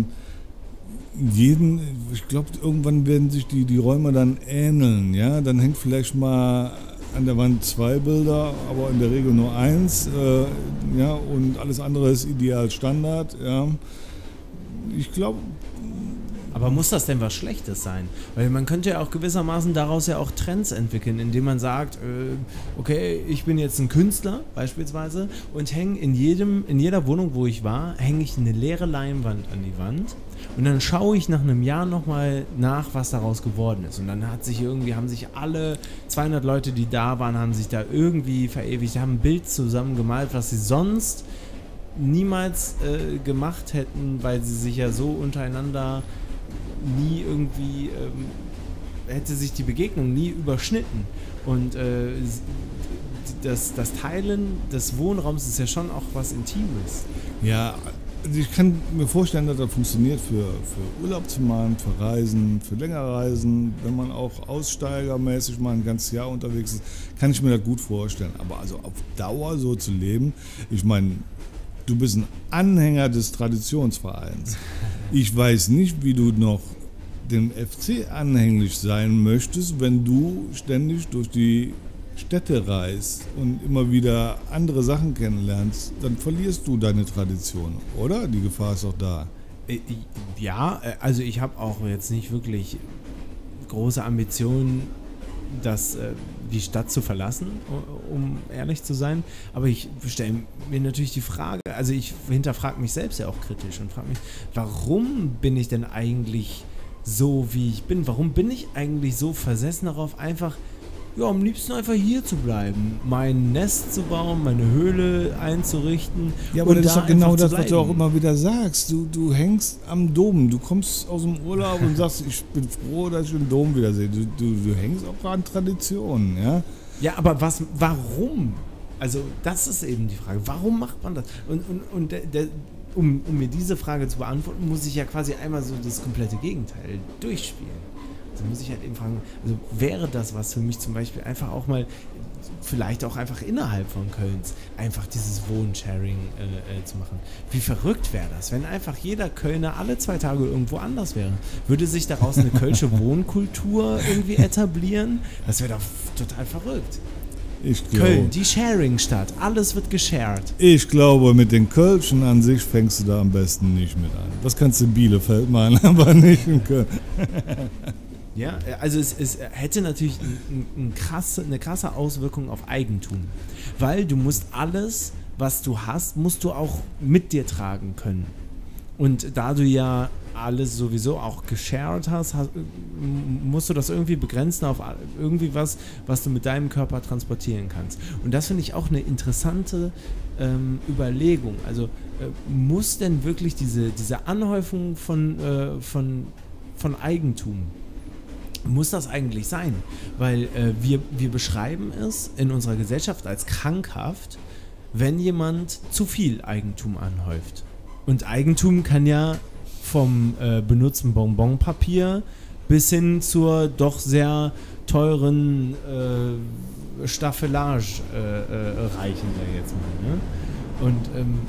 jeden, ich glaube, irgendwann werden sich die, die Räume dann ähneln, ja, dann hängt vielleicht mal an der Wand zwei Bilder, aber in der Regel nur eins, äh, ja, und alles andere ist ideal Standard, ja. Ich glaube... Aber muss das denn was Schlechtes sein? Weil man könnte ja auch gewissermaßen daraus ja auch Trends entwickeln, indem man sagt, äh, okay, ich bin jetzt ein Künstler beispielsweise und hänge in jedem, in jeder Wohnung, wo ich war, hänge ich eine leere Leinwand an die Wand und dann schaue ich nach einem Jahr nochmal nach, was daraus geworden ist. Und dann hat sich irgendwie, haben sich alle zweihundert Leute, die da waren, haben sich da irgendwie verewigt, haben ein Bild zusammen gemalt, was sie sonst niemals äh, gemacht hätten, weil sie sich ja so untereinander nie irgendwie ähm, hätte sich die Begegnung nie überschnitten. Und äh, das, das Teilen des Wohnraums ist ja schon auch was Intimes. Ja, also ich kann mir vorstellen, dass das funktioniert für, für Urlaub zu machen, für Reisen, für längere Reisen. Wenn man auch aussteigermäßig mal ein ganzes Jahr unterwegs ist, kann ich mir das gut vorstellen. Aber also auf Dauer so zu leben, ich meine, du bist ein Anhänger des Traditionsvereins. Ich weiß nicht, wie du noch dem F C anhänglich sein möchtest, wenn du ständig durch die Städte reist und immer wieder andere Sachen kennenlernst, dann verlierst du deine Tradition, oder? Die Gefahr ist doch da. Ja, also ich habe auch jetzt nicht wirklich große Ambitionen, das, äh, die Stadt zu verlassen, um ehrlich zu sein. Aber ich stelle mir natürlich die Frage, also ich hinterfrage mich selbst ja auch kritisch und frage mich, warum bin ich denn eigentlich so, wie ich bin? Warum bin ich eigentlich so versessen darauf, einfach, ja, am liebsten einfach hier zu bleiben, mein Nest zu bauen, meine Höhle einzurichten. Ja, aber und das ist da doch genau das, bleiben. was du auch immer wieder sagst. Du, du hängst am Dom. Du kommst aus dem Urlaub und sagst, ich bin froh, dass ich den Dom wiedersehe. Du, du, du hängst auch an Traditionen, ja? Ja, aber was, warum? Also das ist eben die Frage. Warum macht man das? Und, und, und der, der, um, um mir diese Frage zu beantworten, muss ich ja quasi einmal so das komplette Gegenteil durchspielen. Also muss ich halt eben fragen, also wäre das was für mich zum Beispiel einfach auch mal, vielleicht auch einfach innerhalb von Kölns, einfach dieses Wohnsharing äh, äh, zu machen. Wie verrückt wäre das, wenn einfach jeder Kölner alle zwei Tage irgendwo anders wäre? Würde sich daraus eine kölsche Wohnkultur irgendwie etablieren? Das wäre doch total verrückt. Ich glaub, Köln, die Sharing-Stadt, alles wird geshared. Ich glaube, mit den Kölschen an sich fängst du da am besten nicht mit an. Das kannst du in Bielefeld machen, aber nicht in Köln. Ja, also es, es hätte natürlich ein, ein krasse, eine krasse Auswirkung auf Eigentum, weil du musst alles, was du hast, musst du auch mit dir tragen können. Und da du ja alles sowieso auch geshared hast, hast, musst du das irgendwie begrenzen auf irgendwie was, was du mit deinem Körper transportieren kannst. Und das finde ich auch eine interessante ähm, Überlegung. Also äh, muss denn wirklich diese, diese Anhäufung von, äh, von, von Eigentum, muss das eigentlich sein? Weil äh, wir, wir beschreiben es in unserer Gesellschaft als krankhaft, wenn jemand zu viel Eigentum anhäuft. Und Eigentum kann ja vom äh, benutzten Bonbonpapier bis hin zur doch sehr teuren äh, Staffelage äh, äh, reichen, da jetzt mal. Ne? Und ähm,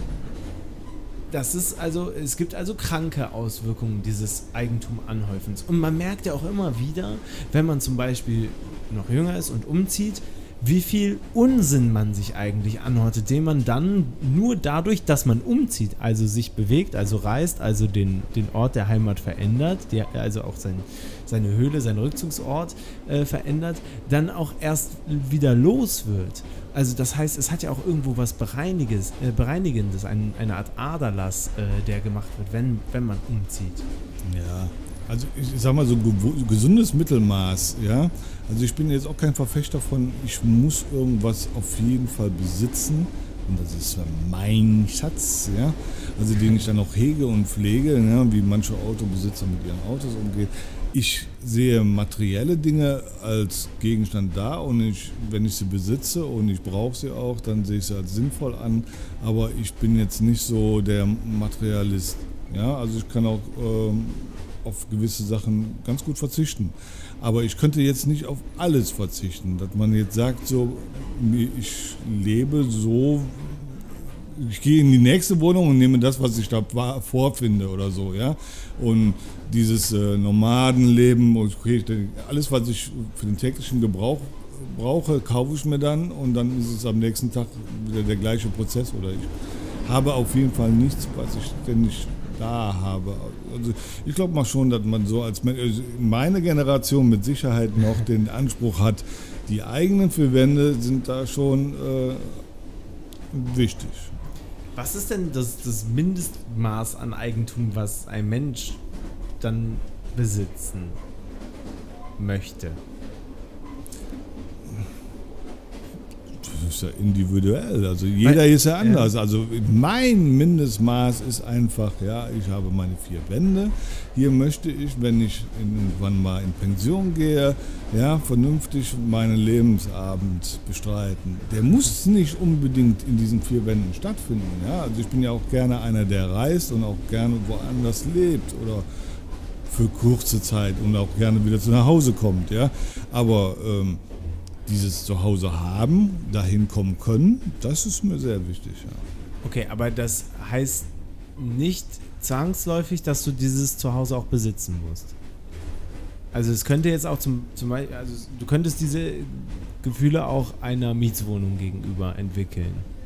das ist also, es gibt also kranke Auswirkungen dieses Eigentum-Anhäufens. Und man merkt ja auch immer wieder, wenn man zum Beispiel noch jünger ist und umzieht, wie viel Unsinn man sich eigentlich anhortet, den man dann nur dadurch, dass man umzieht, also sich bewegt, also reist, also den, den Ort der Heimat verändert, der, also auch sein, seine Höhle, sein Rückzugsort äh, verändert, dann auch erst wieder los wird. Also das heißt, es hat ja auch irgendwo was Bereiniges, äh, Bereinigendes, ein, eine Art Aderlass, äh, der gemacht wird, wenn, wenn man umzieht. Ja, also ich sag mal so gesundes Mittelmaß, ja. Also ich bin jetzt auch kein Verfechter von, ich muss irgendwas auf jeden Fall besitzen. Und das ist mein Schatz, ja. Also den ich dann auch hege und pflege, ja, wie manche Autobesitzer mit ihren Autos umgehen. Ich sehe materielle Dinge als Gegenstand da und ich, wenn ich sie besitze und ich brauche sie auch, dann sehe ich sie als sinnvoll an. Aber ich bin jetzt nicht so der Materialist. Ja? Also ich kann auch ähm, auf gewisse Sachen ganz gut verzichten. Aber ich könnte jetzt nicht auf alles verzichten. Dass man jetzt sagt, so, ich lebe so, ich gehe in die nächste Wohnung und nehme das, was ich da vorfinde oder so, ja. Und dieses äh, Nomadenleben, okay, alles, was ich für den täglichen Gebrauch brauche, kaufe ich mir dann und dann ist es am nächsten Tag wieder der gleiche Prozess. Oder ich habe auf jeden Fall nichts, was ich ständig da habe. Also ich glaube mal schon, dass man so als also meine Generation mit Sicherheit noch den Anspruch hat, die eigenen vier Wände sind da schon äh, wichtig. Was ist denn das, das Mindestmaß an Eigentum, was ein Mensch dann besitzen möchte? ist ja individuell. Also jeder Weil, ist ja anders. Ja. Also mein Mindestmaß ist einfach, ja, ich habe meine vier Wände. Hier möchte ich, wenn ich irgendwann mal in Pension gehe, ja, vernünftig meinen Lebensabend bestreiten. Der muss nicht unbedingt in diesen vier Wänden stattfinden. Ja? Also ich bin ja auch gerne einer, der reist und auch gerne woanders lebt oder für kurze Zeit und auch gerne wieder zu nach Hause kommt. Ja? Aber ähm, dieses Zuhause haben, dahin kommen können, das ist mir sehr wichtig. Ja. Okay, aber das heißt nicht zwangsläufig, dass du dieses Zuhause auch besitzen musst. Also es könnte jetzt auch zum, zum Beispiel, also du könntest diese Gefühle auch einer Mietswohnung gegenüber entwickeln.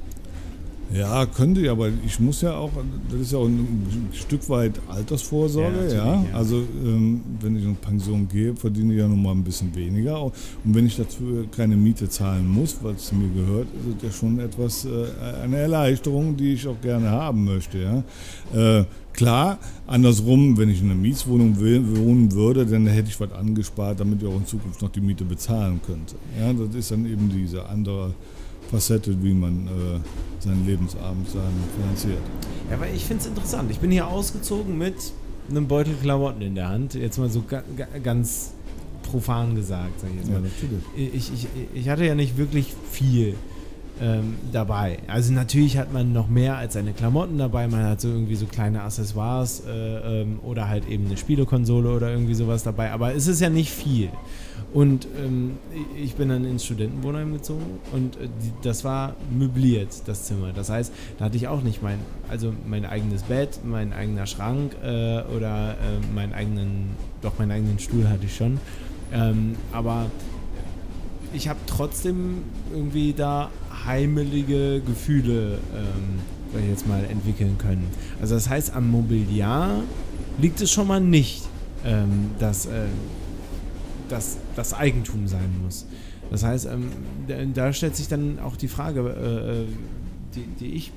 Ja, könnte ich, aber ich muss ja auch, das ist ja auch ein Stück weit Altersvorsorge, ja. ja. ja. Also ähm, wenn ich in Pension gehe, verdiene ich ja nun mal ein bisschen weniger. Und wenn ich dazu keine Miete zahlen muss, weil es mir gehört, ist das ja schon etwas, äh, eine Erleichterung, die ich auch gerne haben möchte. Ja. Äh, klar, andersrum, wenn ich in einer Mietswohnung will, wohnen würde, dann hätte ich was angespart, damit ich auch in Zukunft noch die Miete bezahlen könnte. Ja, das ist dann eben diese andere Facette, wie man äh, seinen Lebensabend dann finanziert. Ja, aber ich finde es interessant. Ich bin hier ausgezogen mit einem Beutel Klamotten in der Hand. Jetzt mal so ga, ga, ganz profan gesagt, sag ich jetzt mal. Ja, natürlich. Ich, ich, ich hatte ja nicht wirklich viel ähm, dabei. Also natürlich hat man noch mehr als seine Klamotten dabei. Man hat so irgendwie so kleine Accessoires äh, ähm, oder halt eben eine Spielekonsole oder irgendwie sowas dabei. Aber es ist ja nicht viel. Und ähm, ich bin dann ins Studentenwohnheim gezogen und äh, die, das war möbliert, das Zimmer. Das heißt, da hatte ich auch nicht mein, also mein eigenes Bett, mein eigener Schrank äh, oder äh, meinen eigenen, doch meinen eigenen Stuhl hatte ich schon. Ähm, aber ich habe trotzdem irgendwie da heimelige Gefühle, ähm, sag ich jetzt mal, entwickeln können. Also das heißt, am Mobiliar liegt es schon mal nicht, ähm, dass äh, dass das Eigentum sein muss. Das heißt, ähm, da, da stellt sich dann auch die Frage, äh, die, die ich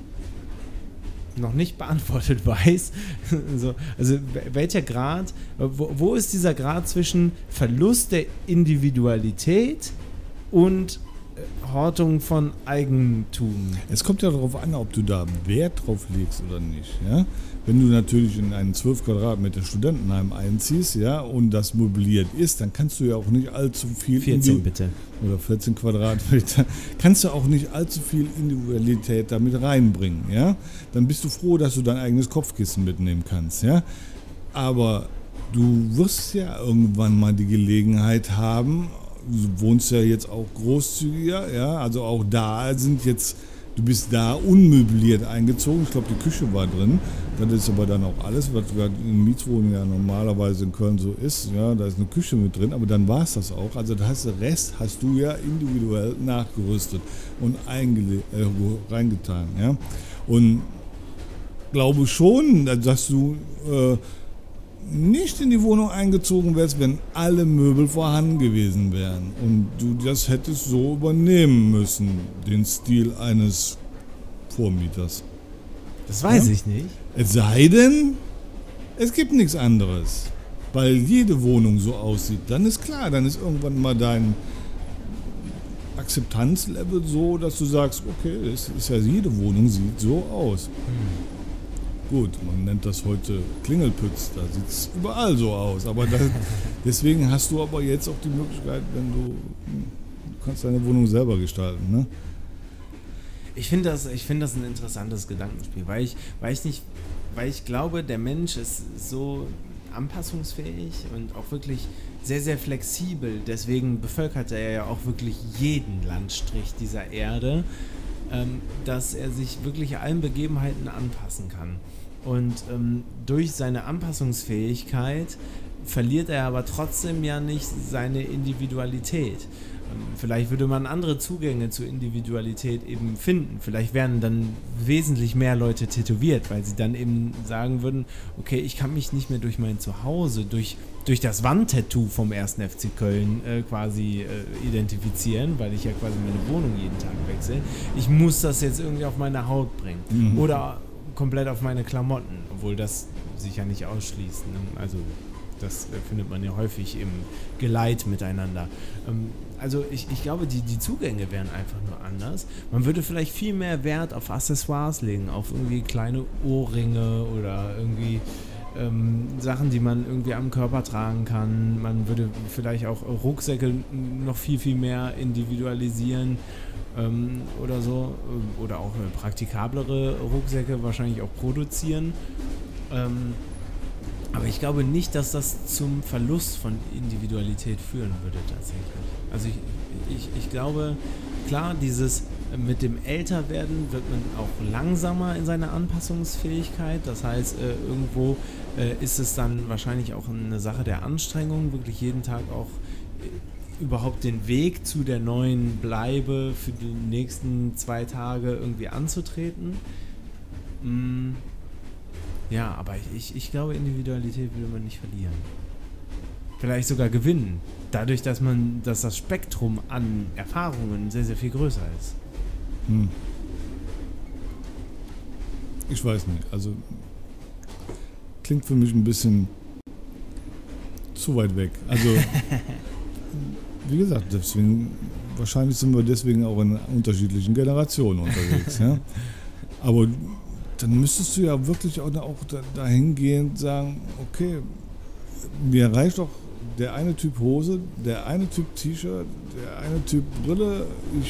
noch nicht beantwortet weiß. so, also welcher Grad, wo, wo ist dieser Grad zwischen Verlust der Individualität und Hortung von Eigentum? Es kommt ja darauf an, ob du da Wert drauf legst oder nicht. Ja? Wenn du natürlich in ein zwölf Quadratmeter Studentenheim einziehst, ja, und das möbliert ist, dann kannst du ja auch nicht allzu viel... vierzehn bitte. Oder vierzehn Quadratmeter. Kannst du auch nicht allzu viel Individualität damit reinbringen. Ja? Dann bist du froh, dass du dein eigenes Kopfkissen mitnehmen kannst. Ja? Aber du wirst ja irgendwann mal die Gelegenheit haben, du wohnst ja jetzt auch großzügiger, ja, also auch da sind jetzt, du bist da unmöbliert eingezogen, ich glaube die Küche war drin, das ist aber dann auch alles, was in Mietswohnungen ja normalerweise in Köln so ist, ja, da ist eine Küche mit drin, aber dann war es das auch, also da hast du Rest, hast du ja individuell nachgerüstet und eingele- äh, reingetan, ja, und glaube schon, dass du äh, nicht in die Wohnung eingezogen wärst, wenn alle Möbel vorhanden gewesen wären. Und du das hättest so übernehmen müssen, den Stil eines Vormieters. Das weiß ja? ich nicht. Es sei denn, es gibt nichts anderes. Weil jede Wohnung so aussieht. Dann ist klar, dann ist irgendwann mal dein Akzeptanzlevel so, dass du sagst, okay, es ist ja jede Wohnung sieht so aus. Hm. Gut, man nennt das heute Klingelpütz, da sieht es überall so aus. Aber das, deswegen hast du aber jetzt auch die Möglichkeit, wenn du, du kannst deine Wohnung selber gestalten, ne? Ich finde das, ich finde das ein interessantes Gedankenspiel, weil ich, weil ich nicht, weil ich glaube, der Mensch ist so anpassungsfähig und auch wirklich sehr, sehr flexibel. Deswegen bevölkert er ja auch wirklich jeden Landstrich dieser Erde, ähm, dass er sich wirklich allen Begebenheiten anpassen kann. Und ähm, durch seine Anpassungsfähigkeit verliert er aber trotzdem ja nicht seine Individualität. Ähm, vielleicht würde man andere Zugänge zur Individualität eben finden. Vielleicht wären dann wesentlich mehr Leute tätowiert, weil sie dann eben sagen würden, okay, ich kann mich nicht mehr durch mein Zuhause, durch, durch das Wandtattoo vom ersten F C Köln äh, quasi äh, identifizieren, weil ich ja quasi meine Wohnung jeden Tag wechsle. Ich muss das jetzt irgendwie auf meine Haut bringen. Mhm. Oder komplett auf meine Klamotten, obwohl das sich ja nicht ausschließt. Ne? Also Das äh, findet man ja häufig im Geleit miteinander. Ähm, also ich, ich glaube, die, die Zugänge wären einfach nur anders. Man würde vielleicht viel mehr Wert auf Accessoires legen, auf irgendwie kleine Ohrringe oder irgendwie ähm, Sachen, die man irgendwie am Körper tragen kann. Man würde vielleicht auch Rucksäcke noch viel, viel mehr individualisieren ähm, oder so. Oder auch praktikablere Rucksäcke wahrscheinlich auch produzieren. Ähm, aber ich glaube nicht, dass das zum Verlust von Individualität führen würde tatsächlich. Also ich, ich, ich glaube, klar, dieses mit dem Älterwerden wird man auch langsamer in seiner Anpassungsfähigkeit. Das heißt, äh, irgendwo äh, ist es dann wahrscheinlich auch eine Sache der Anstrengung, wirklich jeden Tag auch äh, überhaupt den Weg zu der neuen Bleibe für die nächsten zwei Tage irgendwie anzutreten. Mm, ja, aber ich, ich glaube, Individualität würde man nicht verlieren. Vielleicht sogar gewinnen. Dadurch, dass man, dass das Spektrum an Erfahrungen sehr, sehr viel größer ist. Hm. Ich weiß nicht. Also klingt für mich ein bisschen zu weit weg. Also wie gesagt, deswegen, wahrscheinlich sind wir deswegen auch in unterschiedlichen Generationen unterwegs. Ja? Aber dann müsstest du ja wirklich auch, auch dahingehend sagen, okay, mir reicht doch der eine Typ Hose, der eine Typ T-Shirt, der eine Typ Brille. Ich,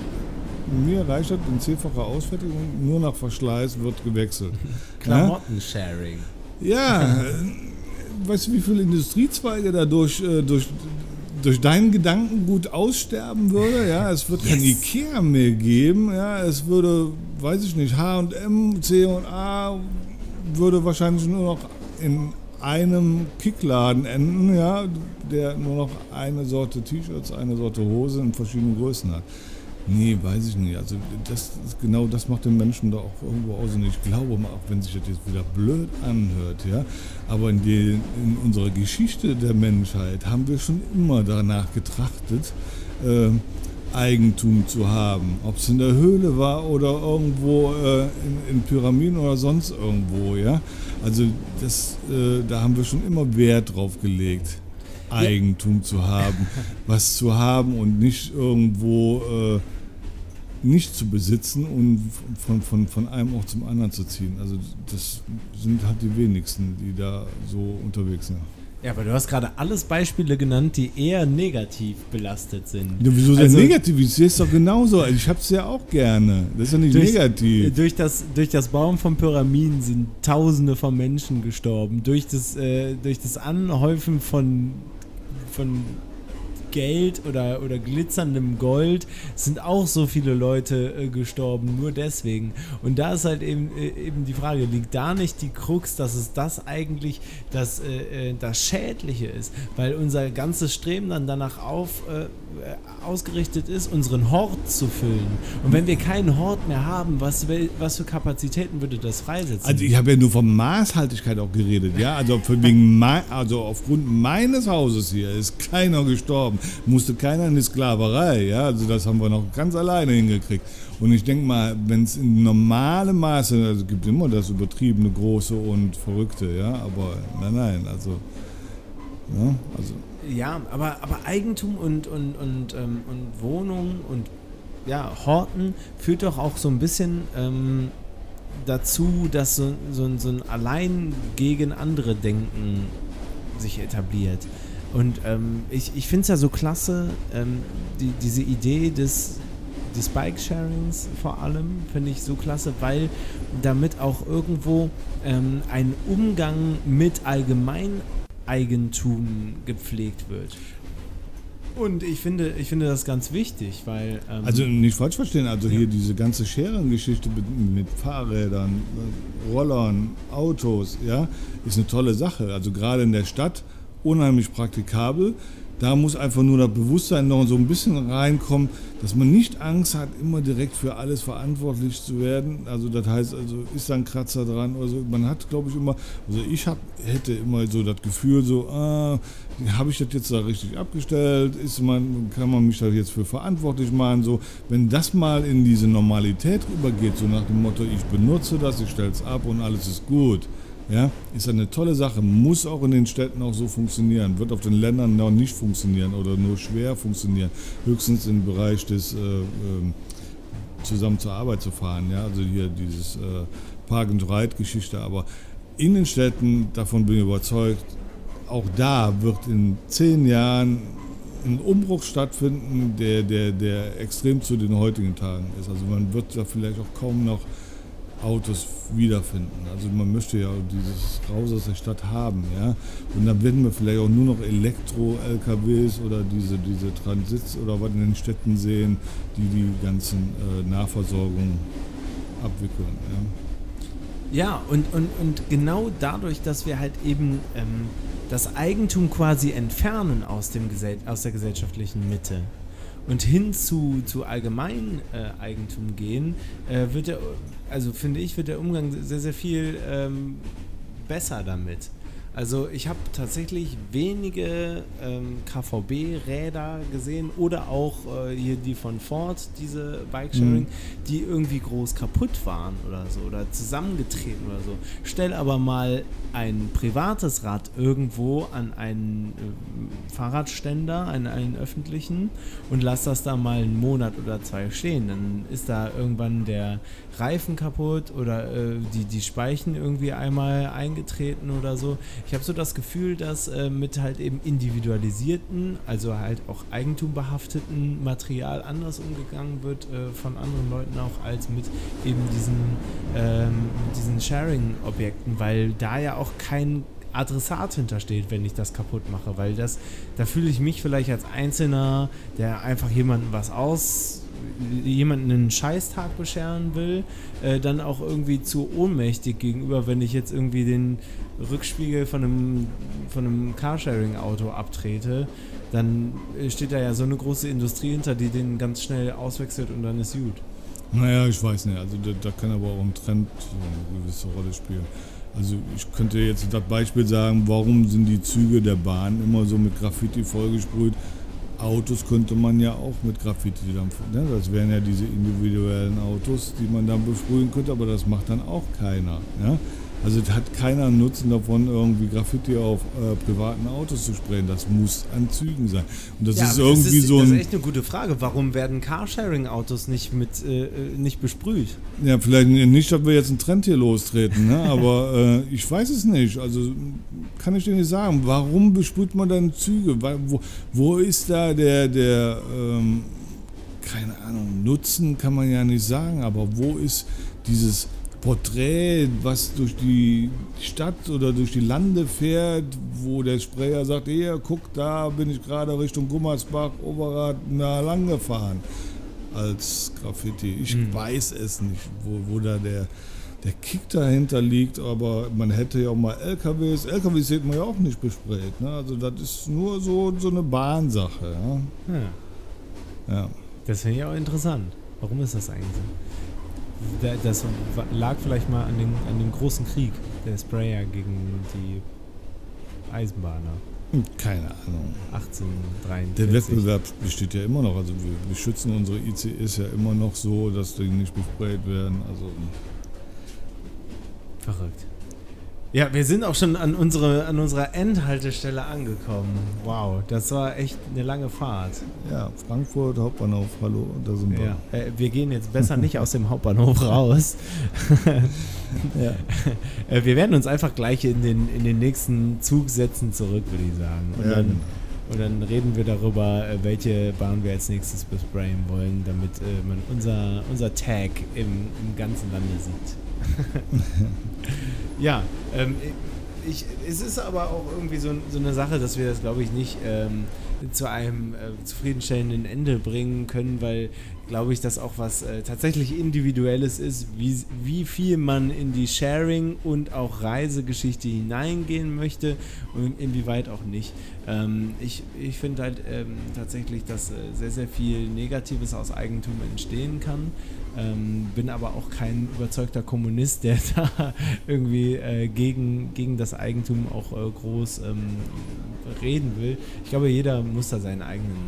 mir reicht das in zehnfacher Ausfertigung, nur nach Verschleiß wird gewechselt. Klamotten-Sharing. Ja, weißt du, wie viele Industriezweige dadurch äh, durch, durch deinen Gedankengut aussterben würde? Ja, es wird yes. kein Ikea mehr geben. Ja, es würde, weiß ich nicht, H und M, C und A würde wahrscheinlich nur noch in einem Kickladen enden, ja, der nur noch eine Sorte T-Shirts, eine Sorte Hose in verschiedenen Größen hat. Nee, weiß ich nicht. Also das, genau das macht den Menschen da auch irgendwo aus. Und ich glaube, auch wenn sich das jetzt wieder blöd anhört, ja, aber in, die, in unserer Geschichte der Menschheit haben wir schon immer danach getrachtet, äh, Eigentum zu haben. Ob es in der Höhle war oder irgendwo äh, in, in Pyramiden oder sonst irgendwo, ja. Also das, äh, da haben wir schon immer Wert drauf gelegt, Eigentum ja. zu haben, was zu haben und nicht irgendwo äh, nicht zu besitzen und von, von, von einem Ort zum anderen zu ziehen. Also das sind halt die wenigsten, die da so unterwegs sind. Ja, aber du hast gerade alles Beispiele genannt, die eher negativ belastet sind. Ja, wieso also, denn negativ? Ich sehe es doch genauso. Ich hab's ja auch gerne. Das ist ja nicht durch, negativ. Durch das, durch das Bauen von Pyramiden sind Tausende von Menschen gestorben. Durch das, äh, durch das Anhäufen von, von Geld oder, oder glitzerndem Gold sind auch so viele Leute äh, gestorben, nur deswegen. Und da ist halt eben, äh, eben die Frage, liegt da nicht die Krux, dass es das eigentlich das, äh, das Schädliche ist, weil unser ganzes Streben dann danach auf, äh, ausgerichtet ist, unseren Hort zu füllen. Und wenn wir keinen Hort mehr haben, was, was für Kapazitäten würde das freisetzen? Also ich habe ja nur von Maßhaltigkeit auch geredet, ja, also, für wegen mein, also aufgrund meines Hauses hier ist keiner gestorben. Musste keiner in die Sklaverei, ja, also das haben wir noch ganz alleine hingekriegt. Und ich denke mal, wenn es in normalem Maße, also es gibt immer das übertriebene, große und verrückte, ja, aber nein, nein, also, ja, also. Ja, aber, aber Eigentum und, und, und, ähm, und Wohnung und ja, Horten führt doch auch so ein bisschen ähm, dazu, dass so, so, so ein allein gegen andere Denken sich etabliert. Und ähm, ich, ich finde es ja so klasse, ähm, die, diese Idee des, des Bike-Sharings vor allem, finde ich so klasse, weil damit auch irgendwo ähm, ein Umgang mit Allgemeineigentum gepflegt wird. Und ich finde, ich finde das ganz wichtig, weil... Ähm also nicht falsch verstehen, also ja. Hier diese ganze Sharing-Geschichte mit, mit Fahrrädern, Rollern, Autos, ja, ist eine tolle Sache. Also gerade in der Stadt unheimlich praktikabel. Da muss einfach nur das Bewusstsein noch so ein bisschen reinkommen, dass man nicht Angst hat, immer direkt für alles verantwortlich zu werden. Also das heißt, also ist da ein Kratzer dran oder so. Man hat, glaube ich, immer, also ich hab, hätte immer so das Gefühl, so, ah, habe ich das jetzt da richtig abgestellt? Ist man, kann man mich da jetzt für verantwortlich machen? So, wenn das mal in diese Normalität rübergeht, so nach dem Motto, ich benutze das, ich stelle es ab und alles ist gut. Ja, ist eine tolle Sache, muss auch in den Städten auch so funktionieren, wird auf den Ländern noch nicht funktionieren oder nur schwer funktionieren, höchstens im Bereich des äh, äh, zusammen zur Arbeit zu fahren, ja, also hier dieses äh, Park-and-Ride-Geschichte, aber in den Städten, davon bin ich überzeugt, auch da wird in zehn Jahren ein Umbruch stattfinden, der, der, der extrem zu den heutigen Tagen ist. Also man wird da vielleicht auch kaum noch Autos wiederfinden. Also man möchte ja dieses Raus aus der Stadt haben, ja. Und dann werden wir vielleicht auch nur noch Elektro-L K Ws oder diese, diese Transits oder was in den Städten sehen, die die ganzen äh, Nahversorgung abwickeln. Ja, ja und, und, und genau dadurch, dass wir halt eben ähm, das Eigentum quasi entfernen aus, dem Gesell- aus der gesellschaftlichen Mitte und hin zu, zu Allgemeineigentum äh, Eigentum gehen, äh, wird der, also finde ich, wird der Umgang sehr, sehr viel ähm, besser damit. Also ich habe tatsächlich wenige ähm, K V B-Räder gesehen oder auch äh, hier die von Ford, diese Bikesharing, mhm. die irgendwie groß kaputt waren oder so oder zusammengetreten oder so. Stell aber mal ein privates Rad irgendwo an einen äh, Fahrradständer, an einen öffentlichen und lass das da mal einen Monat oder zwei stehen. Dann ist da irgendwann der Reifen kaputt oder äh, die, die Speichen irgendwie einmal eingetreten oder so. Ich habe so das Gefühl, dass äh, mit halt eben individualisierten, also halt auch eigentumbehafteten Material anders umgegangen wird äh, von anderen Leuten auch als mit eben diesen, ähm, diesen Sharing-Objekten, weil da ja auch kein Adressat hintersteht, wenn ich das kaputt mache, weil das, da fühle ich mich vielleicht als Einzelner, der einfach jemandem was aus jemanden einen Scheißtag bescheren will, äh, dann auch irgendwie zu ohnmächtig gegenüber, wenn ich jetzt irgendwie den Rückspiegel von einem, von einem Carsharing-Auto abtrete, dann steht da ja so eine große Industrie hinter, die den ganz schnell auswechselt und dann ist gut. Naja, ich weiß nicht, also da, da kann aber auch ein Trend eine gewisse Rolle spielen. Also ich könnte jetzt das Beispiel sagen, warum sind die Züge der Bahn immer so mit Graffiti vollgesprüht? Autos könnte man ja auch mit Graffiti dann, ne? Das wären ja diese individuellen Autos, die man dann besprühen könnte, aber das macht dann auch keiner. Ja? Also es hat keiner Nutzen davon, irgendwie Graffiti auf äh, privaten Autos zu sprayen. Das muss an Zügen sein. Und das ja, ist irgendwie das ist, so ein... Das ist echt eine gute Frage. Warum werden Carsharing-Autos nicht mit äh, nicht besprüht? Ja, vielleicht nicht, dass wir jetzt einen Trend hier lostreten, ne? Aber äh, ich weiß es nicht. Also kann ich dir nicht sagen. Warum besprüht man dann Züge? Wo, wo ist da der, der ähm, keine Ahnung, Nutzen kann man ja nicht sagen, aber wo ist dieses Porträt, was durch die Stadt oder durch die Lande fährt, wo der Sprayer sagt, hier, guck, da bin ich gerade Richtung Gummersbach, Overath, nah lang gefahren als Graffiti. Ich mhm. weiß es nicht, wo, wo da der, der Kick dahinter liegt, aber man hätte ja auch mal L K Ws, L K Ws sieht man ja auch nicht besprayt, ne? Also das ist nur so, so eine Bahnsache. Ja? Ja. Ja. Das finde ich auch interessant. Warum ist das eigentlich so? Das lag vielleicht mal an, den, an dem großen Krieg der Sprayer gegen die Eisenbahner. Keine Ahnung. achtzehnhundertdreiundvierzig. Der Wettbewerb besteht ja immer noch. Also wir, wir schützen unsere I C Es ja immer noch so, dass die nicht besprayt werden. Also verrückt. Ja, wir sind auch schon an, unsere, an unserer Endhaltestelle angekommen. Wow, das war echt eine lange Fahrt. Ja, Frankfurt, Hauptbahnhof, hallo, da sind wir. Ja, äh, wir gehen jetzt besser nicht aus dem Hauptbahnhof raus. Ja. äh, wir werden uns einfach gleich in den, in den nächsten Zug setzen zurück, würde ich sagen. Und, ja, dann, und dann reden wir darüber, welche Bahn wir als nächstes besprayen wollen, damit äh, man unser, unser Tag im, im ganzen Lande sieht. Ja, ähm, ich, es ist aber auch irgendwie so, so eine Sache, dass wir das, glaube ich, nicht ähm, zu einem äh, zufriedenstellenden Ende bringen können, weil, glaube ich, das auch was äh, tatsächlich Individuelles ist, wie, wie viel man in die Sharing- und auch Reisegeschichte hineingehen möchte und inwieweit auch nicht. Ähm, ich ich finde halt ähm, tatsächlich, dass äh, sehr, sehr viel Negatives aus Eigentum entstehen kann. Ähm, bin aber auch kein überzeugter Kommunist, der da irgendwie äh, gegen, gegen das Eigentum auch äh, groß ähm, reden will. Ich glaube, jeder muss da seinen eigenen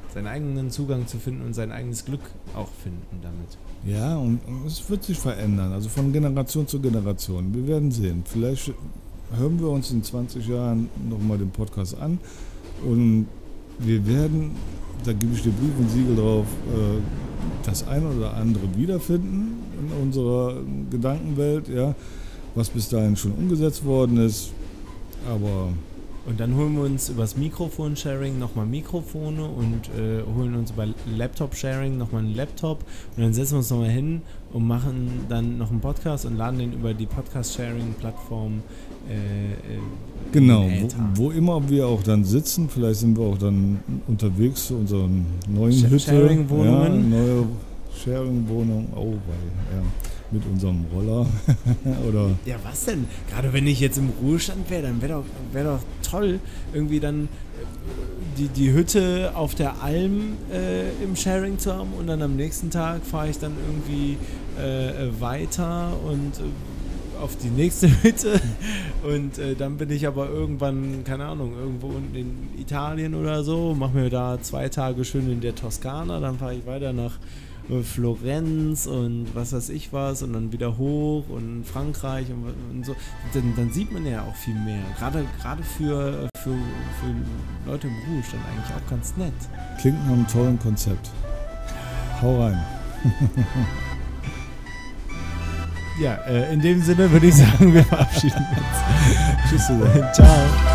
seinen eigenen Zugang zu finden und sein eigenes Glück auch finden damit. Ja, und, und es wird sich verändern, also von Generation zu Generation. Wir werden sehen. Vielleicht hören wir uns in zwanzig Jahren nochmal den Podcast an und wir werden, da gebe ich dir Brief und Siegel drauf, das ein oder andere wiederfinden in unserer Gedankenwelt, ja, was bis dahin schon umgesetzt worden ist, aber... Und dann holen wir uns übers Mikrofon-Sharing nochmal Mikrofone und äh, holen uns über Laptop-Sharing nochmal einen Laptop und dann setzen wir uns nochmal hin und machen dann noch einen Podcast und laden den über die Podcast-Sharing-Plattform äh, äh, genau, wo, wo immer wir auch dann sitzen, vielleicht sind wir auch dann unterwegs zu unseren neuen Sh- Hütte. Sharing-Wohnungen. Ja, neue Sharing-Wohnung, oh, weil, ja. Mit unserem Roller oder... Ja, was denn? Gerade wenn ich jetzt im Ruhestand wäre, dann wäre doch, wär doch toll, irgendwie dann äh, die, die Hütte auf der Alm äh, im Sharing zu haben und dann am nächsten Tag fahre ich dann irgendwie äh, weiter und äh, auf die nächste Hütte und äh, dann bin ich aber irgendwann, keine Ahnung, irgendwo unten in Italien oder so, mache mir da zwei Tage schön in der Toskana, dann fahre ich weiter nach Florenz und was weiß ich was und dann wieder hoch und Frankreich und, und so, dann, dann sieht man ja auch viel mehr. Gerade, gerade für, für, für Leute im Ruhestand eigentlich auch ganz nett. Klingt nach einem tollen Konzept. Hau rein. Ja, äh, in dem Sinne würde ich sagen, wir verabschieden uns. Tschüss zusammen. Ciao.